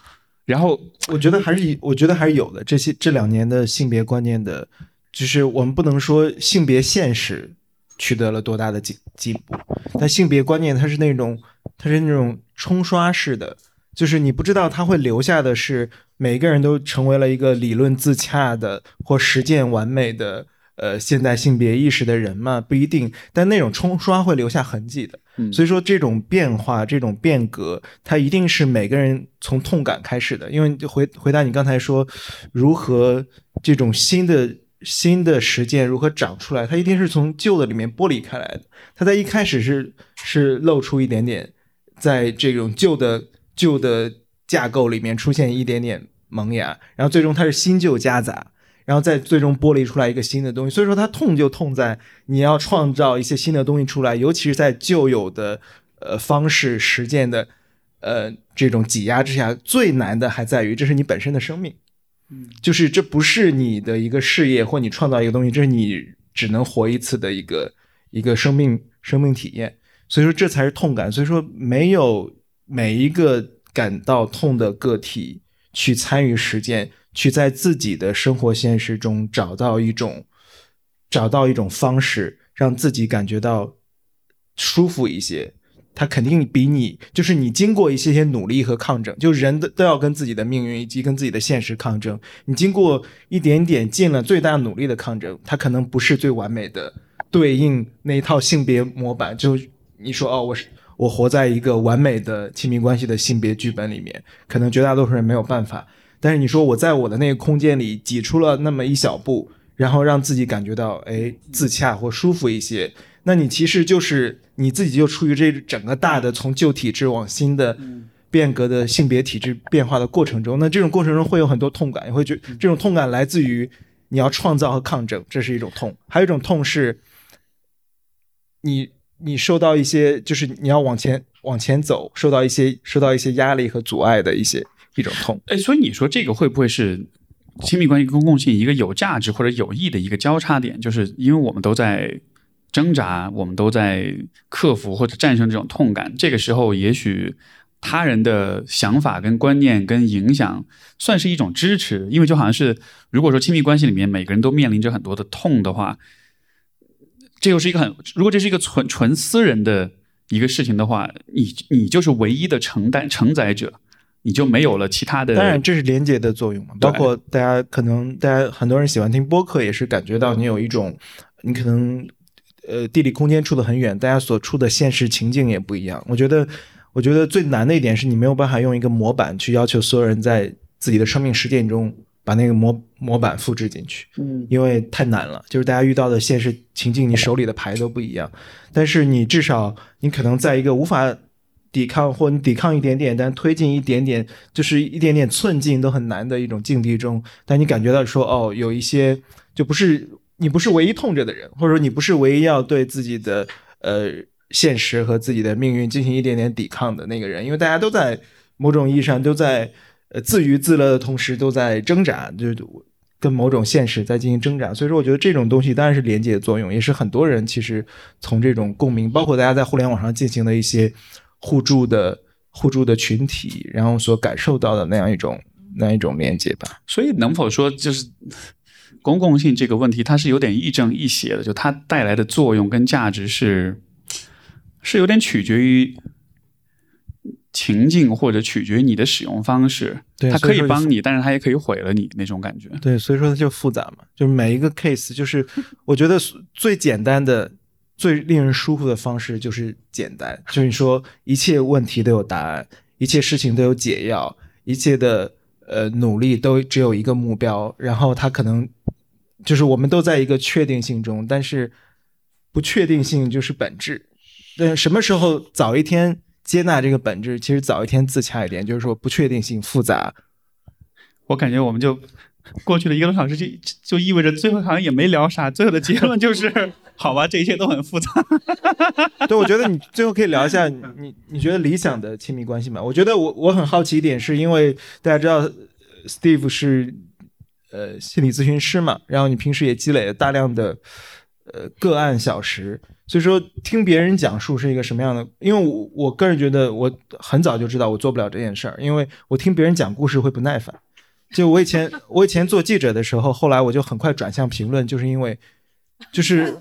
然后我觉得还是我觉得还是有的，这些这两年的性别观念的，就是我们不能说性别现实取得了多大的进进步，但性别观念它是那种它是那种冲刷式的，就是你不知道它会留下的是每个人都成为了一个理论自洽的或实践完美的呃现代性别意识的人嘛，不一定，但那种冲刷会留下痕迹的。所以说这种变化这种变革它一定是每个人从痛感开始的，因为回回答你刚才说如何这种新的新的实践如何长出来，它一定是从旧的里面剥离开来的，它在一开始是是露出一点点在这种旧的旧的架构里面出现一点点萌芽，然后最终它是新旧夹杂，然后再最终剥离出来一个新的东西。所以说它痛就痛在你要创造一些新的东西出来，尤其是在旧有的呃方式实践的呃这种挤压之下，最难的还在于这是你本身的生命，嗯，就是这不是你的一个事业或你创造一个东西，这是你只能活一次的一个一个生命生命体验。所以说这才是痛感。所以说没有每一个感到痛的个体去参与实践，去在自己的生活现实中找到一种找到一种方式让自己感觉到舒服一些，他肯定比你就是你经过一些些努力和抗争，就人都要跟自己的命运以及跟自己的现实抗争，你经过一点点尽了最大努力的抗争，它可能不是最完美的对应那一套性别模板，就你说哦我是我活在一个完美的亲密关系的性别剧本里面，可能绝大多数人没有办法，但是你说我在我的那个空间里挤出了那么一小步，然后让自己感觉到哎自洽或舒服一些，那你其实就是你自己就处于这整个大的从旧体制往新的变革的性别体制变化的过程中，那这种过程中会有很多痛感，你会觉得这种痛感来自于你要创造和抗争，这是一种痛，还有一种痛是你你受到一些就是你要往前往前走，受到一些受到一些压力和阻碍的一些一种痛。 哎，所以你说这个会不会是亲密关系公共性一个有价值或者有益的一个交叉点？就是因为我们都在挣扎，我们都在克服或者战胜这种痛感，这个时候也许他人的想法跟观念跟影响算是一种支持。因为就好像是如果说亲密关系里面每个人都面临着很多的痛的话，这又是一个很如果这是一个纯纯私人的一个事情的话，你你就是唯一的承担承载者，你就没有了其他的。 当然这是连接的作用嘛，包括大家可能大家很多人喜欢听播客也是感觉到你有一种你可能呃地理空间处得很远，大家所处的现实情境也不一样。我觉得我觉得最难的一点是你没有办法用一个模板去要求所有人在自己的生命实践中把那个模模板复制进去，嗯，因为太难了，就是大家遇到的现实情境你手里的牌都不一样，但是你至少你可能在一个无法抵抗或你抵抗一点点但推进一点点就是一点点寸进都很难的一种境地中，但你感觉到说哦有一些就不是你不是唯一痛着的人，或者说你不是唯一要对自己的呃现实和自己的命运进行一点点抵抗的那个人，因为大家都在某种意义上都在呃自娱自乐的同时都在挣扎，就是跟某种现实在进行挣扎。所以说我觉得这种东西当然是连接的作用，也是很多人其实从这种共鸣，包括大家在互联网上进行的一些互助的互助的群体，然后所感受到的那样一种那样一种连接吧。 所以能否说就是公共性这个问题它是有点亦正亦邪的，就它带来的作用跟价值是是有点取决于情境或者取决于你的使用方式，它可以帮你但是它也可以毁了你那种感觉。 对，所以说它就复杂嘛，就是每一个 case 就是我觉得最简单的最令人舒服的方式就是简单，就是你说一切问题都有答案，一切事情都有解药，一切的呃努力都只有一个目标，然后它可能就是我们都在一个确定性中，但是不确定性就是本质。但什么时候早一天接纳这个本质，其实早一天自洽一点，就是说不确定性复杂。 我感觉我们就过去了一个多小时，就就意味着最后好像也没聊啥，最后的结论就是好吧，这一切都很复杂。 对，我觉得你最后可以聊一下你你觉得理想的亲密关系吗？我觉得我我很好奇一点，是因为大家知道 Steve 是呃心理咨询师嘛，然后你平时也积累了大量的呃个案小时， 所以说听别人讲述是一个什么样的，因为我我个人觉得我很早就知道我做不了这件事儿，因为我听别人讲故事会不耐烦。就我以前我以前做记者的时候，后来我就很快转向评论，就是因为就是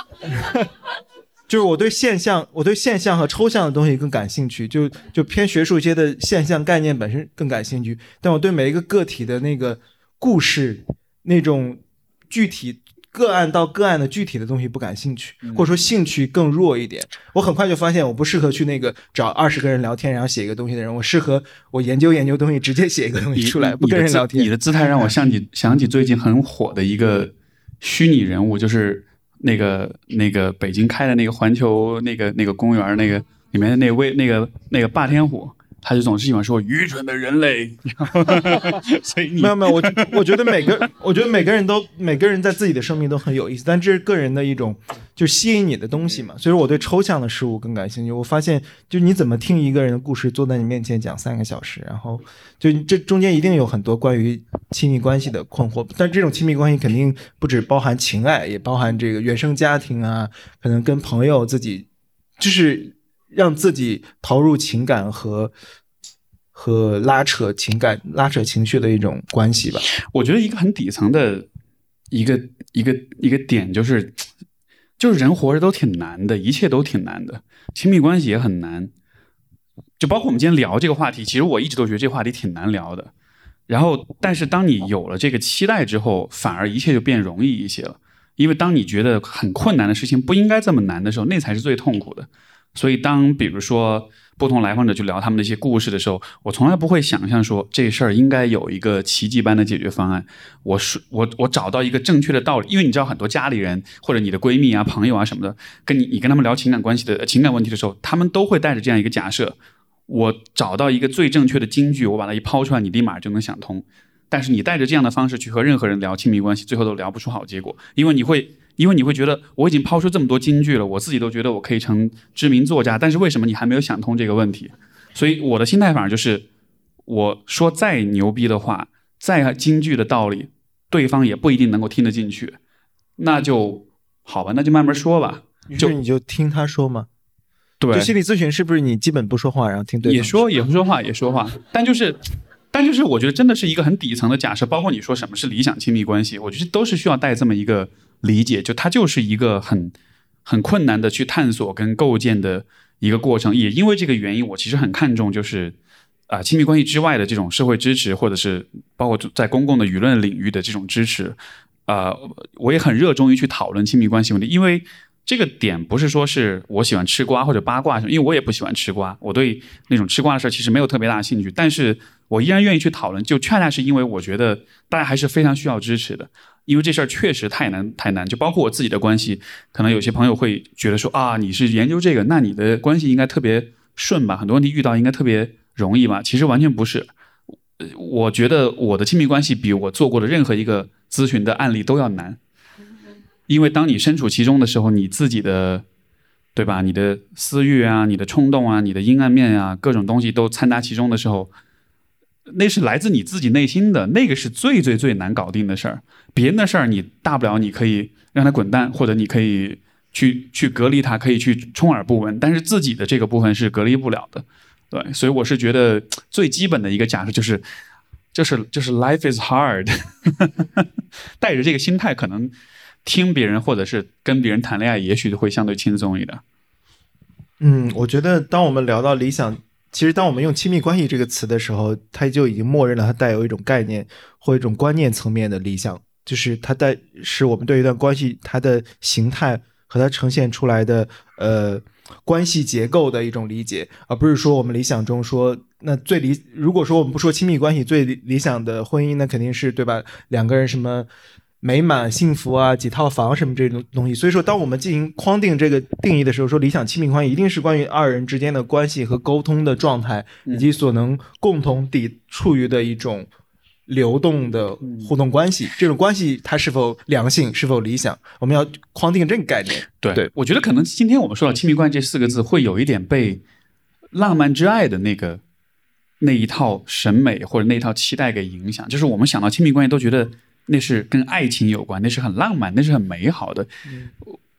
就是我对现象我对现象和抽象的东西更感兴趣，就就偏学术一些的现象概念本身更感兴趣，但我对每一个个体的那个故事那种具体个案到个案的具体的东西不感兴趣，或者说兴趣更弱一点。我很快就发现我不适合去那个找二十个人聊天然后写一个东西的人，我适合我研究研究东西直接写一个东西出来，不跟人聊天。 你的姿态让我想起想起最近很火的一个虚拟人物，就是那个那个北京开的那个环球那个那个公园那个里面的那位那个那个霸天虎。他就总是喜欢说愚蠢的人类，所以你没有没有，我我觉得每个我觉得每个人都每个人在自己的生命都很有意思，但这是个人的一种就吸引你的东西嘛。所以说我对抽象的事物更感兴趣。我发现就你怎么听一个人的故事，坐在你面前讲三个小时，然后就这中间一定有很多关于亲密关系的困惑，但这种亲密关系肯定不只包含情爱，也包含这个原生家庭啊，可能跟朋友自己就是让自己投入情感和和拉扯情感、拉扯情绪的一种关系吧。 我觉得一个很底层的一个一个一个点就是，就是人活着都挺难的，一切都挺难的，亲密关系也很难。就包括我们今天聊这个话题，其实我一直都觉得这个话题挺难聊的。然后，但是当你有了这个期待之后，反而一切就变容易一些了。因为当你觉得很困难的事情不应该这么难的时候，那才是最痛苦的。所以当比如说不同来访者去聊他们的一些故事的时候，我从来不会想象说这事儿应该有一个奇迹般的解决方案，我我我找到一个正确的道理。因为你知道很多家里人或者你的闺蜜啊朋友啊什么的，跟你你跟他们聊情感关系的情感问题的时候，他们都会带着这样一个假设，我找到一个最正确的金句，我把它一抛出来，你立马就能想通。但是你带着这样的方式去和任何人聊亲密关系，最后都聊不出好结果，因为你会因为你会觉得我已经抛出这么多金句了，我自己都觉得我可以成知名作家，但是为什么你还没有想通这个问题？所以我的心态反而就是，我说再牛逼的话，再金句的道理，对方也不一定能够听得进去，那就好吧，那就慢慢说吧。 就你就听他说嘛。 对， 就心理咨询是不是你基本不说话，然后听对方也说也不说话也说话，但就是但就是我觉得真的是一个很底层的假设，包括你说什么是理想亲密关系，我觉得都是需要带这么一个理解，就它就是一个很很困难的去探索跟构建的一个过程。也因为这个原因，我其实很看重就是啊、呃、亲密关系之外的这种社会支持，或者是包括在公共的舆论领域的这种支持。呃，我也很热衷于去讨论亲密关系问题，因为这个点不是说是我喜欢吃瓜或者八卦，因为我也不喜欢吃瓜，我对那种吃瓜的事其实没有特别大的兴趣，但是我依然愿意去讨论，就恰恰是因为我觉得大家还是非常需要支持的，因为这事儿确实太难太难。就包括我自己的关系，可能有些朋友会觉得说啊，你是研究这个，那你的关系应该特别顺吧，很多问题遇到应该特别容易吧？其实完全不是。我觉得我的亲密关系比我做过的任何一个咨询的案例都要难，因为当你身处其中的时候，你自己的对吧，你的私欲啊，你的冲动啊，你的阴暗面啊，各种东西都掺杂其中的时候，那是来自你自己内心的，那个是最最最难搞定的事儿。别人的事儿你大不了你可以让他滚蛋，或者你可以去去隔离他，可以去充耳不闻，但是自己的这个部分是隔离不了的。对，所以我是觉得最基本的一个假设就是，就是就是 life is hard 带着这个心态，可能听别人或者是跟别人谈恋爱，也许会相对轻松一点。 嗯，我觉得当我们聊到理想，其实当我们用亲密关系这个词的时候，它就已经默认了它带有一种概念或一种观念层面的理想，就是它带是我们对一段关系它的形态和它呈现出来的呃关系结构的一种理解，而不是说我们理想中说那最理如果说我们不说亲密关系，最理想的婚姻那肯定是对吧，两个人什么美满幸福啊，几套房什么这种东西。所以说当我们进行框定这个定义的时候，说理想亲密关系一定是关于二人之间的关系和沟通的状态，以及所能共同抵触于的一种流动的互动关系，这种关系它是否良性，是否理想，我们要框定这个概念。 对, 对我觉得可能今天我们说到亲密关系这四个字，会有一点被浪漫之爱的那个那一套审美或者那一套期待给影响，就是我们想到亲密关系都觉得那是跟爱情有关，那是很浪漫，那是很美好的。嗯、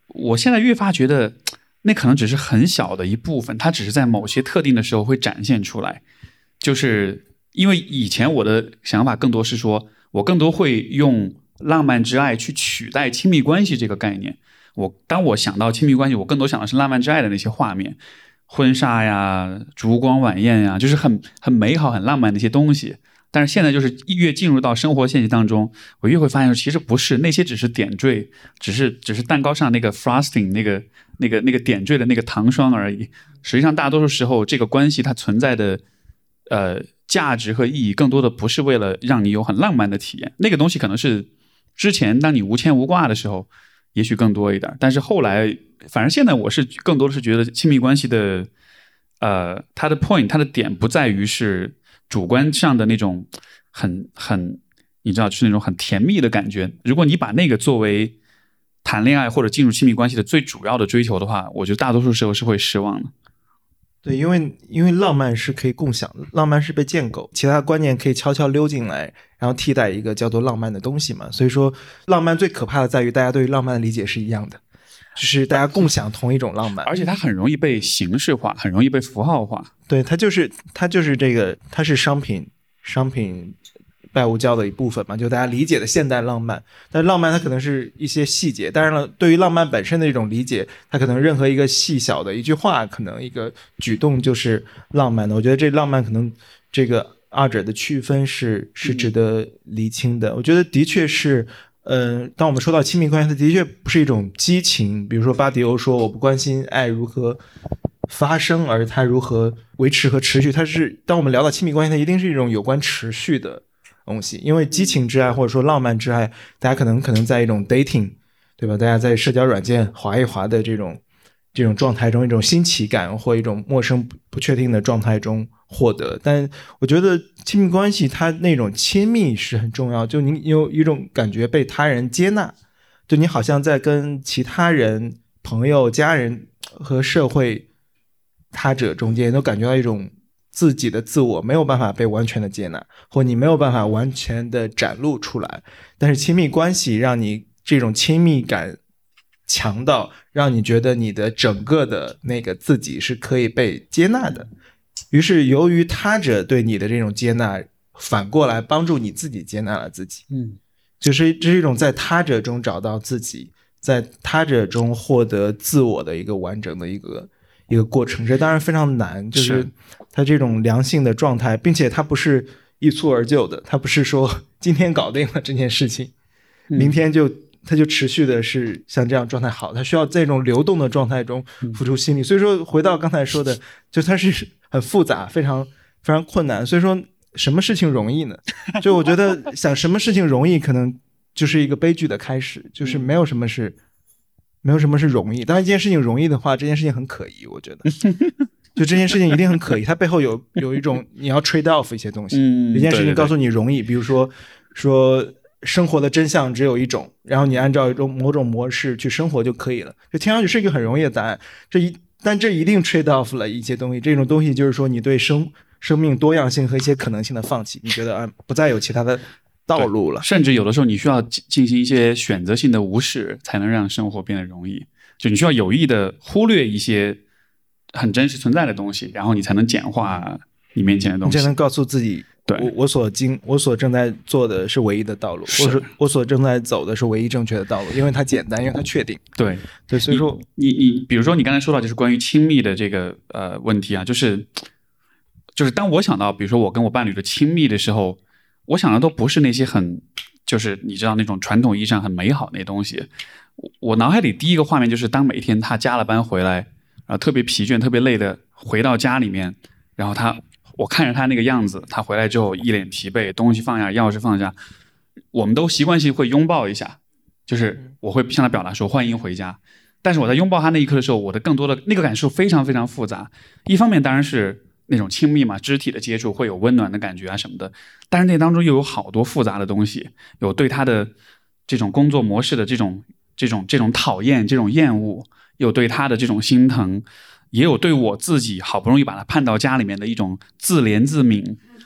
我现在越发觉得那可能只是很小的一部分，它只是在某些特定的时候会展现出来。就是因为以前我的想法更多是说，我更多会用浪漫之爱去取代亲密关系这个概念。我当我想到亲密关系，我更多想的是浪漫之爱的那些画面，婚纱呀、烛光晚宴呀，就是很很美好、很浪漫的一些东西。但是现在就是越进入到生活现实当中，我越会发现其实不是，那些只是点缀，只是只是蛋糕上那个 frosting 那个那个那个点缀的那个糖霜而已。实际上大多数时候这个关系它存在的呃价值和意义更多的不是为了让你有很浪漫的体验，那个东西可能是之前当你无牵无挂的时候也许更多一点，但是后来反正现在我是更多的是觉得亲密关系的呃它的 point 它的点不在于是主观上的那种很很你知道就是那种很甜蜜的感觉，如果你把那个作为谈恋爱或者进入亲密关系的最主要的追求的话，我觉得大多数时候是会失望的。 对，因为因为浪漫是可以共享的，浪漫是被建构，其他观念可以悄悄溜进来，然后替代一个叫做浪漫的东西嘛。所以说浪漫最可怕的在于大家对于浪漫的理解是一样的，就是大家共享同一种浪漫， 而且它很容易被形式化，很容易被符号化。 对，它就是它就是这个，它是商品商品拜物教的一部分嘛，就大家理解的现代浪漫。但浪漫它可能是一些细节，当然了，对于浪漫本身的一种理解，它可能任何一个细小的一句话，可能一个举动就是浪漫的。我觉得这浪漫可能这个二者的区分是是值得厘清的。我觉得的确是。呃，当我们说到亲密关系，它的确不是一种激情，比如说巴迪欧说我不关心爱如何发生，而它如何维持和持续。它是当我们聊到亲密关系，它一定是一种有关持续的东西，因为激情之爱或者说浪漫之爱，大家可能可能在一种 dating， 对吧？大家在社交软件滑一滑的这种这种状态中，一种新奇感或一种陌生不确定的状态中获得。但我觉得亲密关系它那种亲密是很重要，就你有一种感觉被他人接纳，就你好像在跟其他人、朋友、家人和社会他者中间都感觉到一种自己的自我没有办法被完全的接纳，或你没有办法完全的展露出来。但是亲密关系让你这种亲密感强到让你觉得你的整个的那个自己是可以被接纳的，于是由于他者对你的这种接纳，反过来帮助你自己接纳了自己。 嗯， 就是这是一种在他者中找到自己，在他者中获得自我的一个完整的一个一个过程。这当然非常难，就是它这种良性的状态，并且它不是一蹴而就的，它不是说今天搞定了这件事情，明天就它就持续的是像这样状态好，它需要在这种流动的状态中付出心力。所以说回到刚才说的，就它是很复杂，非常非常困难。所以说什么事情容易呢？就我觉得想什么事情容易可能就是一个悲剧的开始，就是没有什么是没有什么是容易。当然一件事情容易的话，这件事情很可疑，我觉得就这件事情一定很可疑，它背后有有一种你要 trade off 一些东西。 嗯， 一件事情告诉你容易，比如说说生活的真相只有一种，然后你按照一种某种模式去生活就可以了，就听上去是一个很容易的答案。这一但这一定 trade off 了一些东西，这种东西就是说你对生生命多样性和一些可能性的放弃，你觉得啊不再有其他的道路了， 甚至有的时候你需要进行一些选择性的无视，才能让生活变得容易。就你需要有意的忽略一些很真实存在的东西，然后你才能简化你面前的东西， 你才能告诉自己，对，我我所经我所正在做的是唯一的道路，我所我所正在走的是唯一正确的道路，因为它简单，因为它确定。 对对，所以说你你你，比如说你刚才说到就是关于亲密的这个呃问题啊，就是就是当我想到比如说我跟我伴侣的亲密的时候，我想的都不是那些很就是你知道那种传统意义上很美好那些东西。我我脑海里第一个画面就是当每天他加了班回来，然后特别疲倦特别累的回到家里面，然后他我看着他那个样子，他回来之后一脸疲惫，东西放下钥匙放下，我们都习惯性会拥抱一下，就是我会向他表达说欢迎回家。但是我在拥抱他那一刻的时候，我的更多的那个感受非常非常复杂。一方面当然是那种亲密嘛，肢体的接触会有温暖的感觉啊什么的，但是那当中又有好多复杂的东西，有对他的这种工作模式的这种这种这种讨厌这种厌恶，有对他的这种心疼，也有对我自己好不容易把他盼到家里面的一种自怜自悯，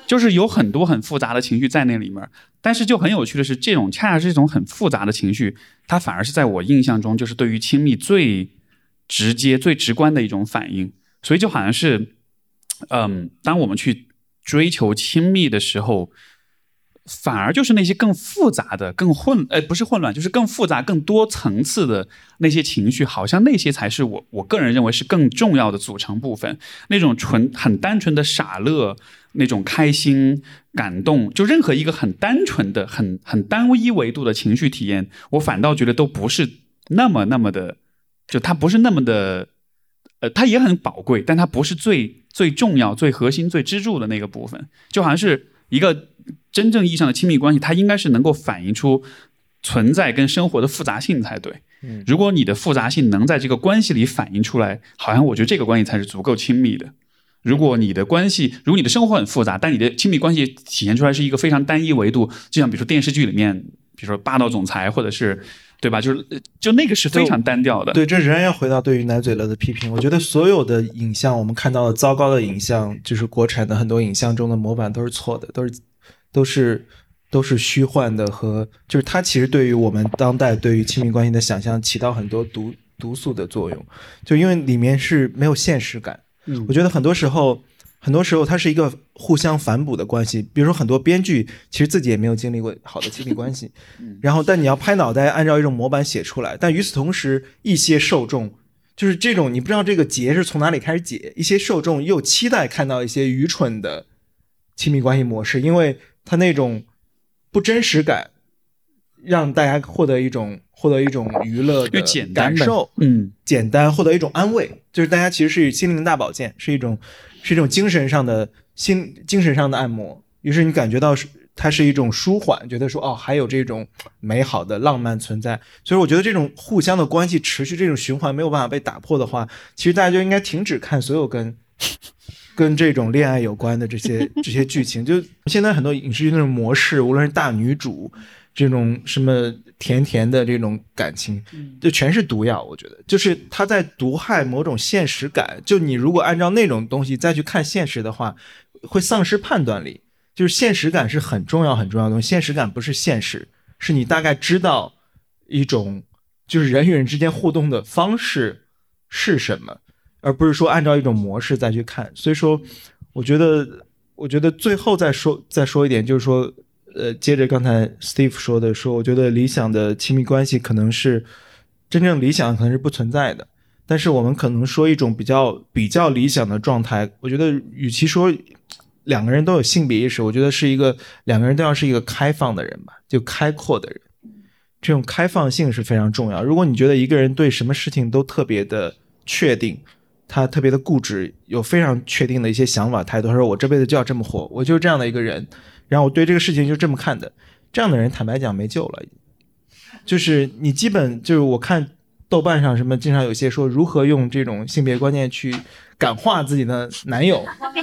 就是有很多很复杂的情绪在那里面。但是就很有趣的是，这种恰恰是这种很复杂的情绪，它反而是在我印象中就是对于亲密最直接最直观的一种反应。所以就好像是嗯，当我们去追求亲密的时候，反而就是那些更复杂的更混呃不是混乱，就是更复杂更多层次的那些情绪，好像那些才是我我个人认为是更重要的组成部分。那种纯很单纯的傻乐，那种开心感动，就任何一个很单纯的很很单一维度的情绪体验，我反倒觉得都不是那么那么的，就它不是那么的呃，它也很宝贵，但它不是最最重要最核心最支柱的那个部分。就好像是一个真正意义上的亲密关系，它应该是能够反映出存在跟生活的复杂性才对。嗯，如果你的复杂性能在这个关系里反映出来，好像我觉得这个关系才是足够亲密的。如果你的关系，如果你的生活很复杂，但你的亲密关系体现出来是一个非常单一维度，就像比如说电视剧里面，比如说霸道总裁，或者是对吧？就是就那个是非常单调的。 对，这仍然要回到对于奶嘴乐的批评。我觉得所有的影像，我们看到的糟糕的影像，就是国产的很多影像中的模板都是错的，都是都是都是虚幻的，和就是它其实对于我们当代对于亲密关系的想象起到很多毒毒素的作用，就因为里面是没有现实感。嗯，我觉得很多时候。很多时候它是一个互相反哺的关系，比如说很多编剧其实自己也没有经历过好的亲密关系，然后但你要拍脑袋按照一种模板写出来，但与此同时一些受众就是这种你不知道这个结是从哪里开始解，一些受众又期待看到一些愚蠢的亲密关系模式，因为它那种不真实感让大家获得一种获得一种娱乐的感受，嗯，简单获得一种安慰，就是大家其实是心灵大保健，是一种是一种精神上的心精神上的按摩，于是你感觉到它是一种舒缓，觉得说哦还有这种美好的浪漫存在。所以我觉得这种互相的关系持续这种循环没有办法被打破的话，其实大家就应该停止看所有跟跟这种恋爱有关的这些这些剧情。就现在很多影视剧那种模式，无论是大女主这种什么甜甜的这种感情，就全是毒药。我觉得就是他在毒害某种现实感，就你如果按照那种东西再去看现实的话，会丧失判断力。就是现实感是很重要很重要的东西，现实感不是现实，是你大概知道一种就是人与人之间互动的方式是什么，而不是说按照一种模式再去看。所以说我觉得我觉得最后再说再说一点，就是说呃，接着刚才 Steve 说的说，我觉得理想的亲密关系可能是真正理想可能是不存在的，但是我们可能说一种比较比较理想的状态，我觉得与其说两个人都有性别意识，我觉得是一个两个人都要是一个开放的人吧，就开阔的人。这种开放性是非常重要。如果你觉得一个人对什么事情都特别的确定，他特别的固执，有非常确定的一些想法态度，他说我这辈子就要这么活，我就是这样的一个人，然后我对这个事情就这么看的，这样的人坦白讲没救了。就是你基本就是我看豆瓣上什么经常有些说如何用这种性别观念去感化自己的男友，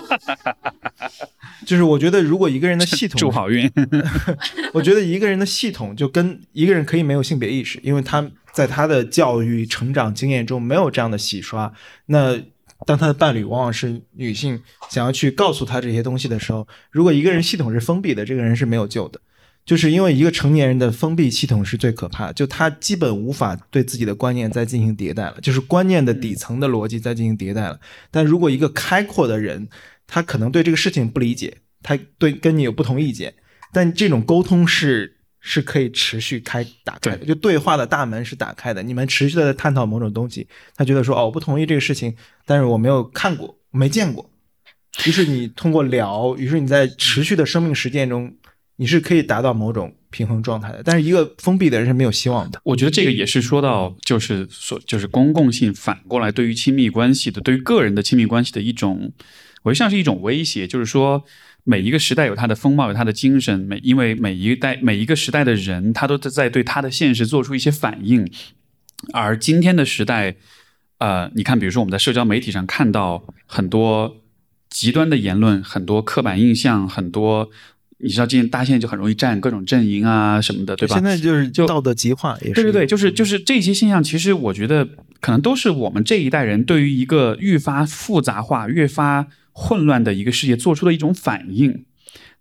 就是我觉得如果一个人的系统祝好运我觉得一个人的系统就跟一个人可以没有性别意识，因为他在他的教育成长经验中没有这样的洗刷，那当他的伴侣往往是女性想要去告诉他这些东西的时候，如果一个人系统是封闭的，这个人是没有救的。就是因为一个成年人的封闭系统是最可怕的，就他基本无法对自己的观念再进行迭代了，就是观念的底层的逻辑再进行迭代了。但如果一个开阔的人，他可能对这个事情不理解，他对跟你有不同意见，但这种沟通是是可以持续开打开的，就对话的大门是打开的，你们持续的探讨某种东西，他觉得说哦我不同意这个事情，但是我没有看过我没见过，于是你通过聊，于是你在持续的生命实践中你是可以达到某种平衡状态的，但是一个封闭的人是没有希望的。 我觉得这个也是说到就是说就是公共性反过来对于亲密关系的对于个人的亲密关系的一种，我觉得像是一种威胁，就是说每一个时代有它的风貌有它的精神，每因为每一代每一个时代的人他都在对他的现实做出一些反应，而今天的时代呃，你看比如说我们在社交媒体上看到很多极端的言论，很多刻板印象，很多你知道今天大家现在就很容易站各种阵营啊什么的，对吧？ 现在就是道德极化也是。 对对对，就是就是这些现象，其实我觉得可能都是我们这一代人对于一个愈发复杂化、越发混乱的一个世界做出的一种反应。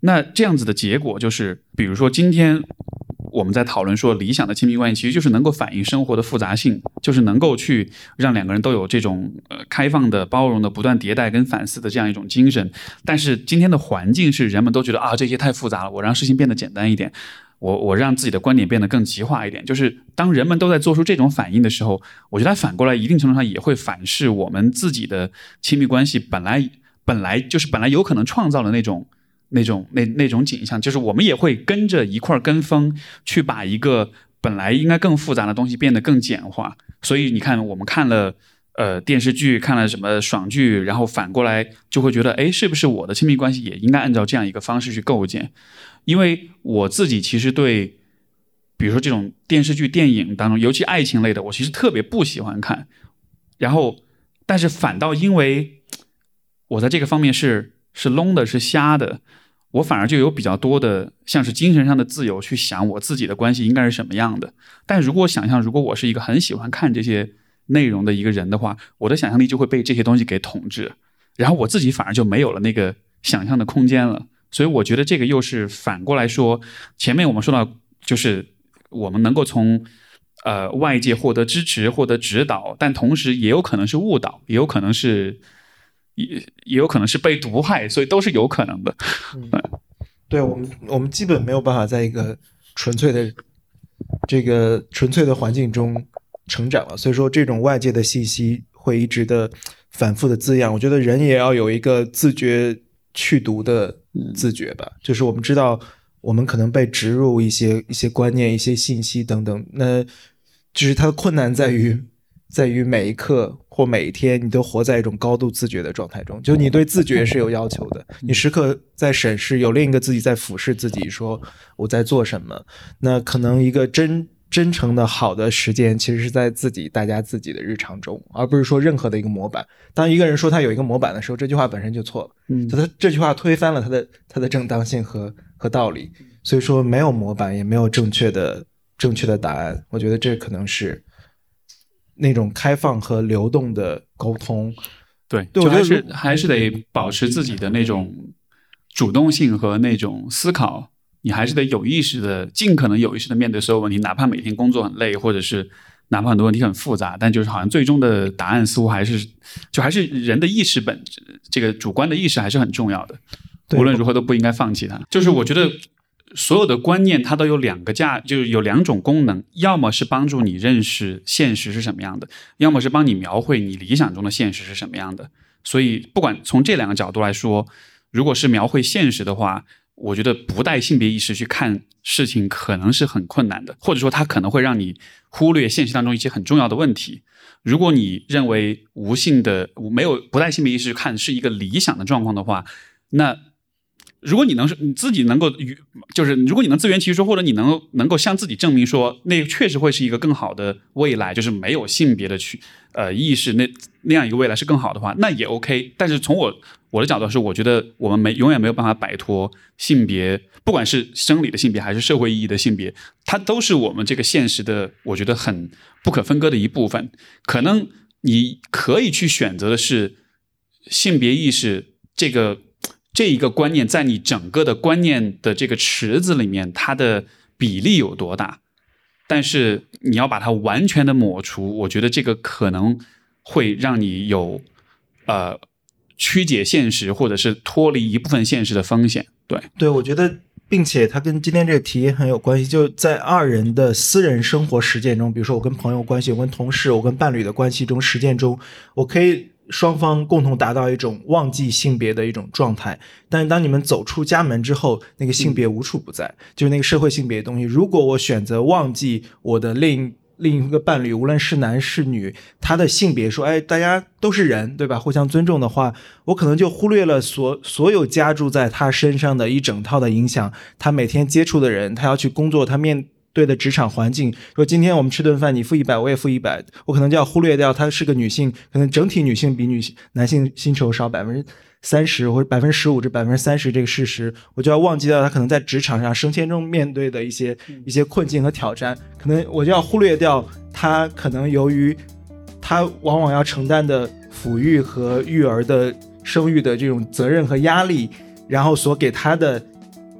那这样子的结果就是，比如说今天我们在讨论说理想的亲密关系，其实就是能够反映生活的复杂性，就是能够去让两个人都有这种呃开放的、包容的、不断迭代跟反思的这样一种精神。但是今天的环境是人们都觉得啊这些太复杂了，我让事情变得简单一点，我我让自己的观点变得更极化一点。就是当人们都在做出这种反应的时候，我觉得它反过来一定程度上也会反噬我们自己的亲密关系本来本来就是本来有可能创造的那种。那种那那种景象，就是我们也会跟着一块跟风，去把一个本来应该更复杂的东西变得更简化。所以你看，我们看了呃电视剧，看了什么爽剧，然后反过来就会觉得，哎，是不是我的亲密关系也应该按照这样一个方式去构建？因为我自己其实对，比如说这种电视剧、电影当中，尤其爱情类的，我其实特别不喜欢看。然后，但是反倒因为我在这个方面是是聋的，是瞎的。我反而就有比较多的像是精神上的自由去想我自己的关系应该是什么样的。但如果想象如果我是一个很喜欢看这些内容的一个人的话，我的想象力就会被这些东西给统治，然后我自己反而就没有了那个想象的空间了。所以我觉得这个又是反过来说，前面我们说到就是我们能够从呃外界获得支持获得指导，但同时也有可能是误导，也有可能是也也有可能是被毒害，所以都是有可能的。 嗯、对，我们我们基本没有办法在一个纯粹的这个纯粹的环境中成长了，所以说这种外界的信息会一直的反复的滋养。我觉得人也要有一个自觉去毒的自觉吧，嗯、就是我们知道我们可能被植入一些一些观念、一些信息等等，那就是它的困难在于。在于每一刻或每一天你都活在一种高度自觉的状态中，就你对自觉是有要求的，你时刻在审视，有另一个自己在俯视自己，说我在做什么。那可能一个真真诚的好的实践其实是在自己大家自己的日常中，而不是说任何的一个模板。当一个人说他有一个模板的时候，这句话本身就错了，嗯，就他这句话推翻了他的他的正当性和和道理。所以说没有模板也没有正确的正确的答案，我觉得这可能是那种开放和流动的沟通。 对，就还是还是得保持自己的那种主动性和那种思考，你还是得有意识的，尽可能有意识的面对所有问题，哪怕每天工作很累，或者是哪怕很多问题很复杂，但就是好像最终的答案似乎还是就还是人的意识本这个主观的意识还是很重要的，无论如何都不应该放弃它。就是我觉得所有的观念它都有两个价，就是有两种功能，要么是帮助你认识现实是什么样的，要么是帮你描绘你理想中的现实是什么样的。所以不管从这两个角度来说，如果是描绘现实的话，我觉得不带性别意识去看事情可能是很困难的，或者说它可能会让你忽略现实当中一些很重要的问题。如果你认为无性的没有不带性别意识去看是一个理想的状况的话，那如果你能你自己能够就是如果你能自圆其说，或者你能能够向自己证明说那确实会是一个更好的未来，就是没有性别的去呃意识，那那样一个未来是更好的话，那也 OK。 但是从我我的角度是，我觉得我们没永远没有办法摆脱性别，不管是生理的性别还是社会意义的性别，它都是我们这个现实的我觉得很不可分割的一部分。可能你可以去选择的是性别意识这个这一个观念在你整个的观念的这个池子里面它的比例有多大，但是你要把它完全的抹除，我觉得这个可能会让你有呃曲解现实或者是脱离一部分现实的风险。对对，我觉得并且它跟今天这个题很有关系，就在二人的私人生活实践中，比如说我跟朋友关系，我跟同事，我跟伴侣的关系中实践中，我可以双方共同达到一种忘记性别的一种状态，但是当你们走出家门之后，那个性别无处不在、嗯、就是那个社会性别的东西。如果我选择忘记我的另另一个伴侣，无论是男是女，他的性别说哎大家都是人对吧，互相尊重的话，我可能就忽略了所所有加注在他身上的一整套的影响，他每天接触的人，他要去工作，他面对的职场环境，说今天我们吃顿饭你付一百我也付一百，我可能就要忽略掉她是个女性，可能整体女性比女性男性薪酬少百分之三十或者百分之十五至百分之三十这个事实，我就要忘记掉她可能在职场上升迁中面对的一些一些困境和挑战，可能我就要忽略掉她可能由于她往往要承担的抚育和育儿的生育的这种责任和压力，然后所给她的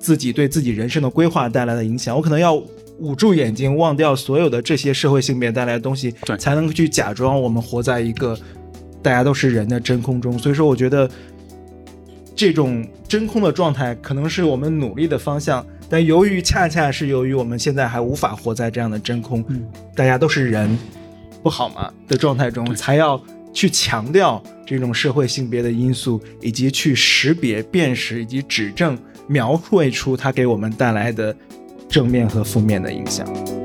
自己对自己人生的规划带来的影响，我可能要捂住眼睛，忘掉所有的这些社会性别带来的东西，才能去假装我们活在一个大家都是人的真空中。所以说我觉得这种真空的状态可能是我们努力的方向，但由于恰恰是由于我们现在还无法活在这样的真空、嗯、大家都是人不好吗的状态中，才要去强调这种社会性别的因素，以及去识别辨识以及指正描绘出它给我们带来的正面和负面的影响。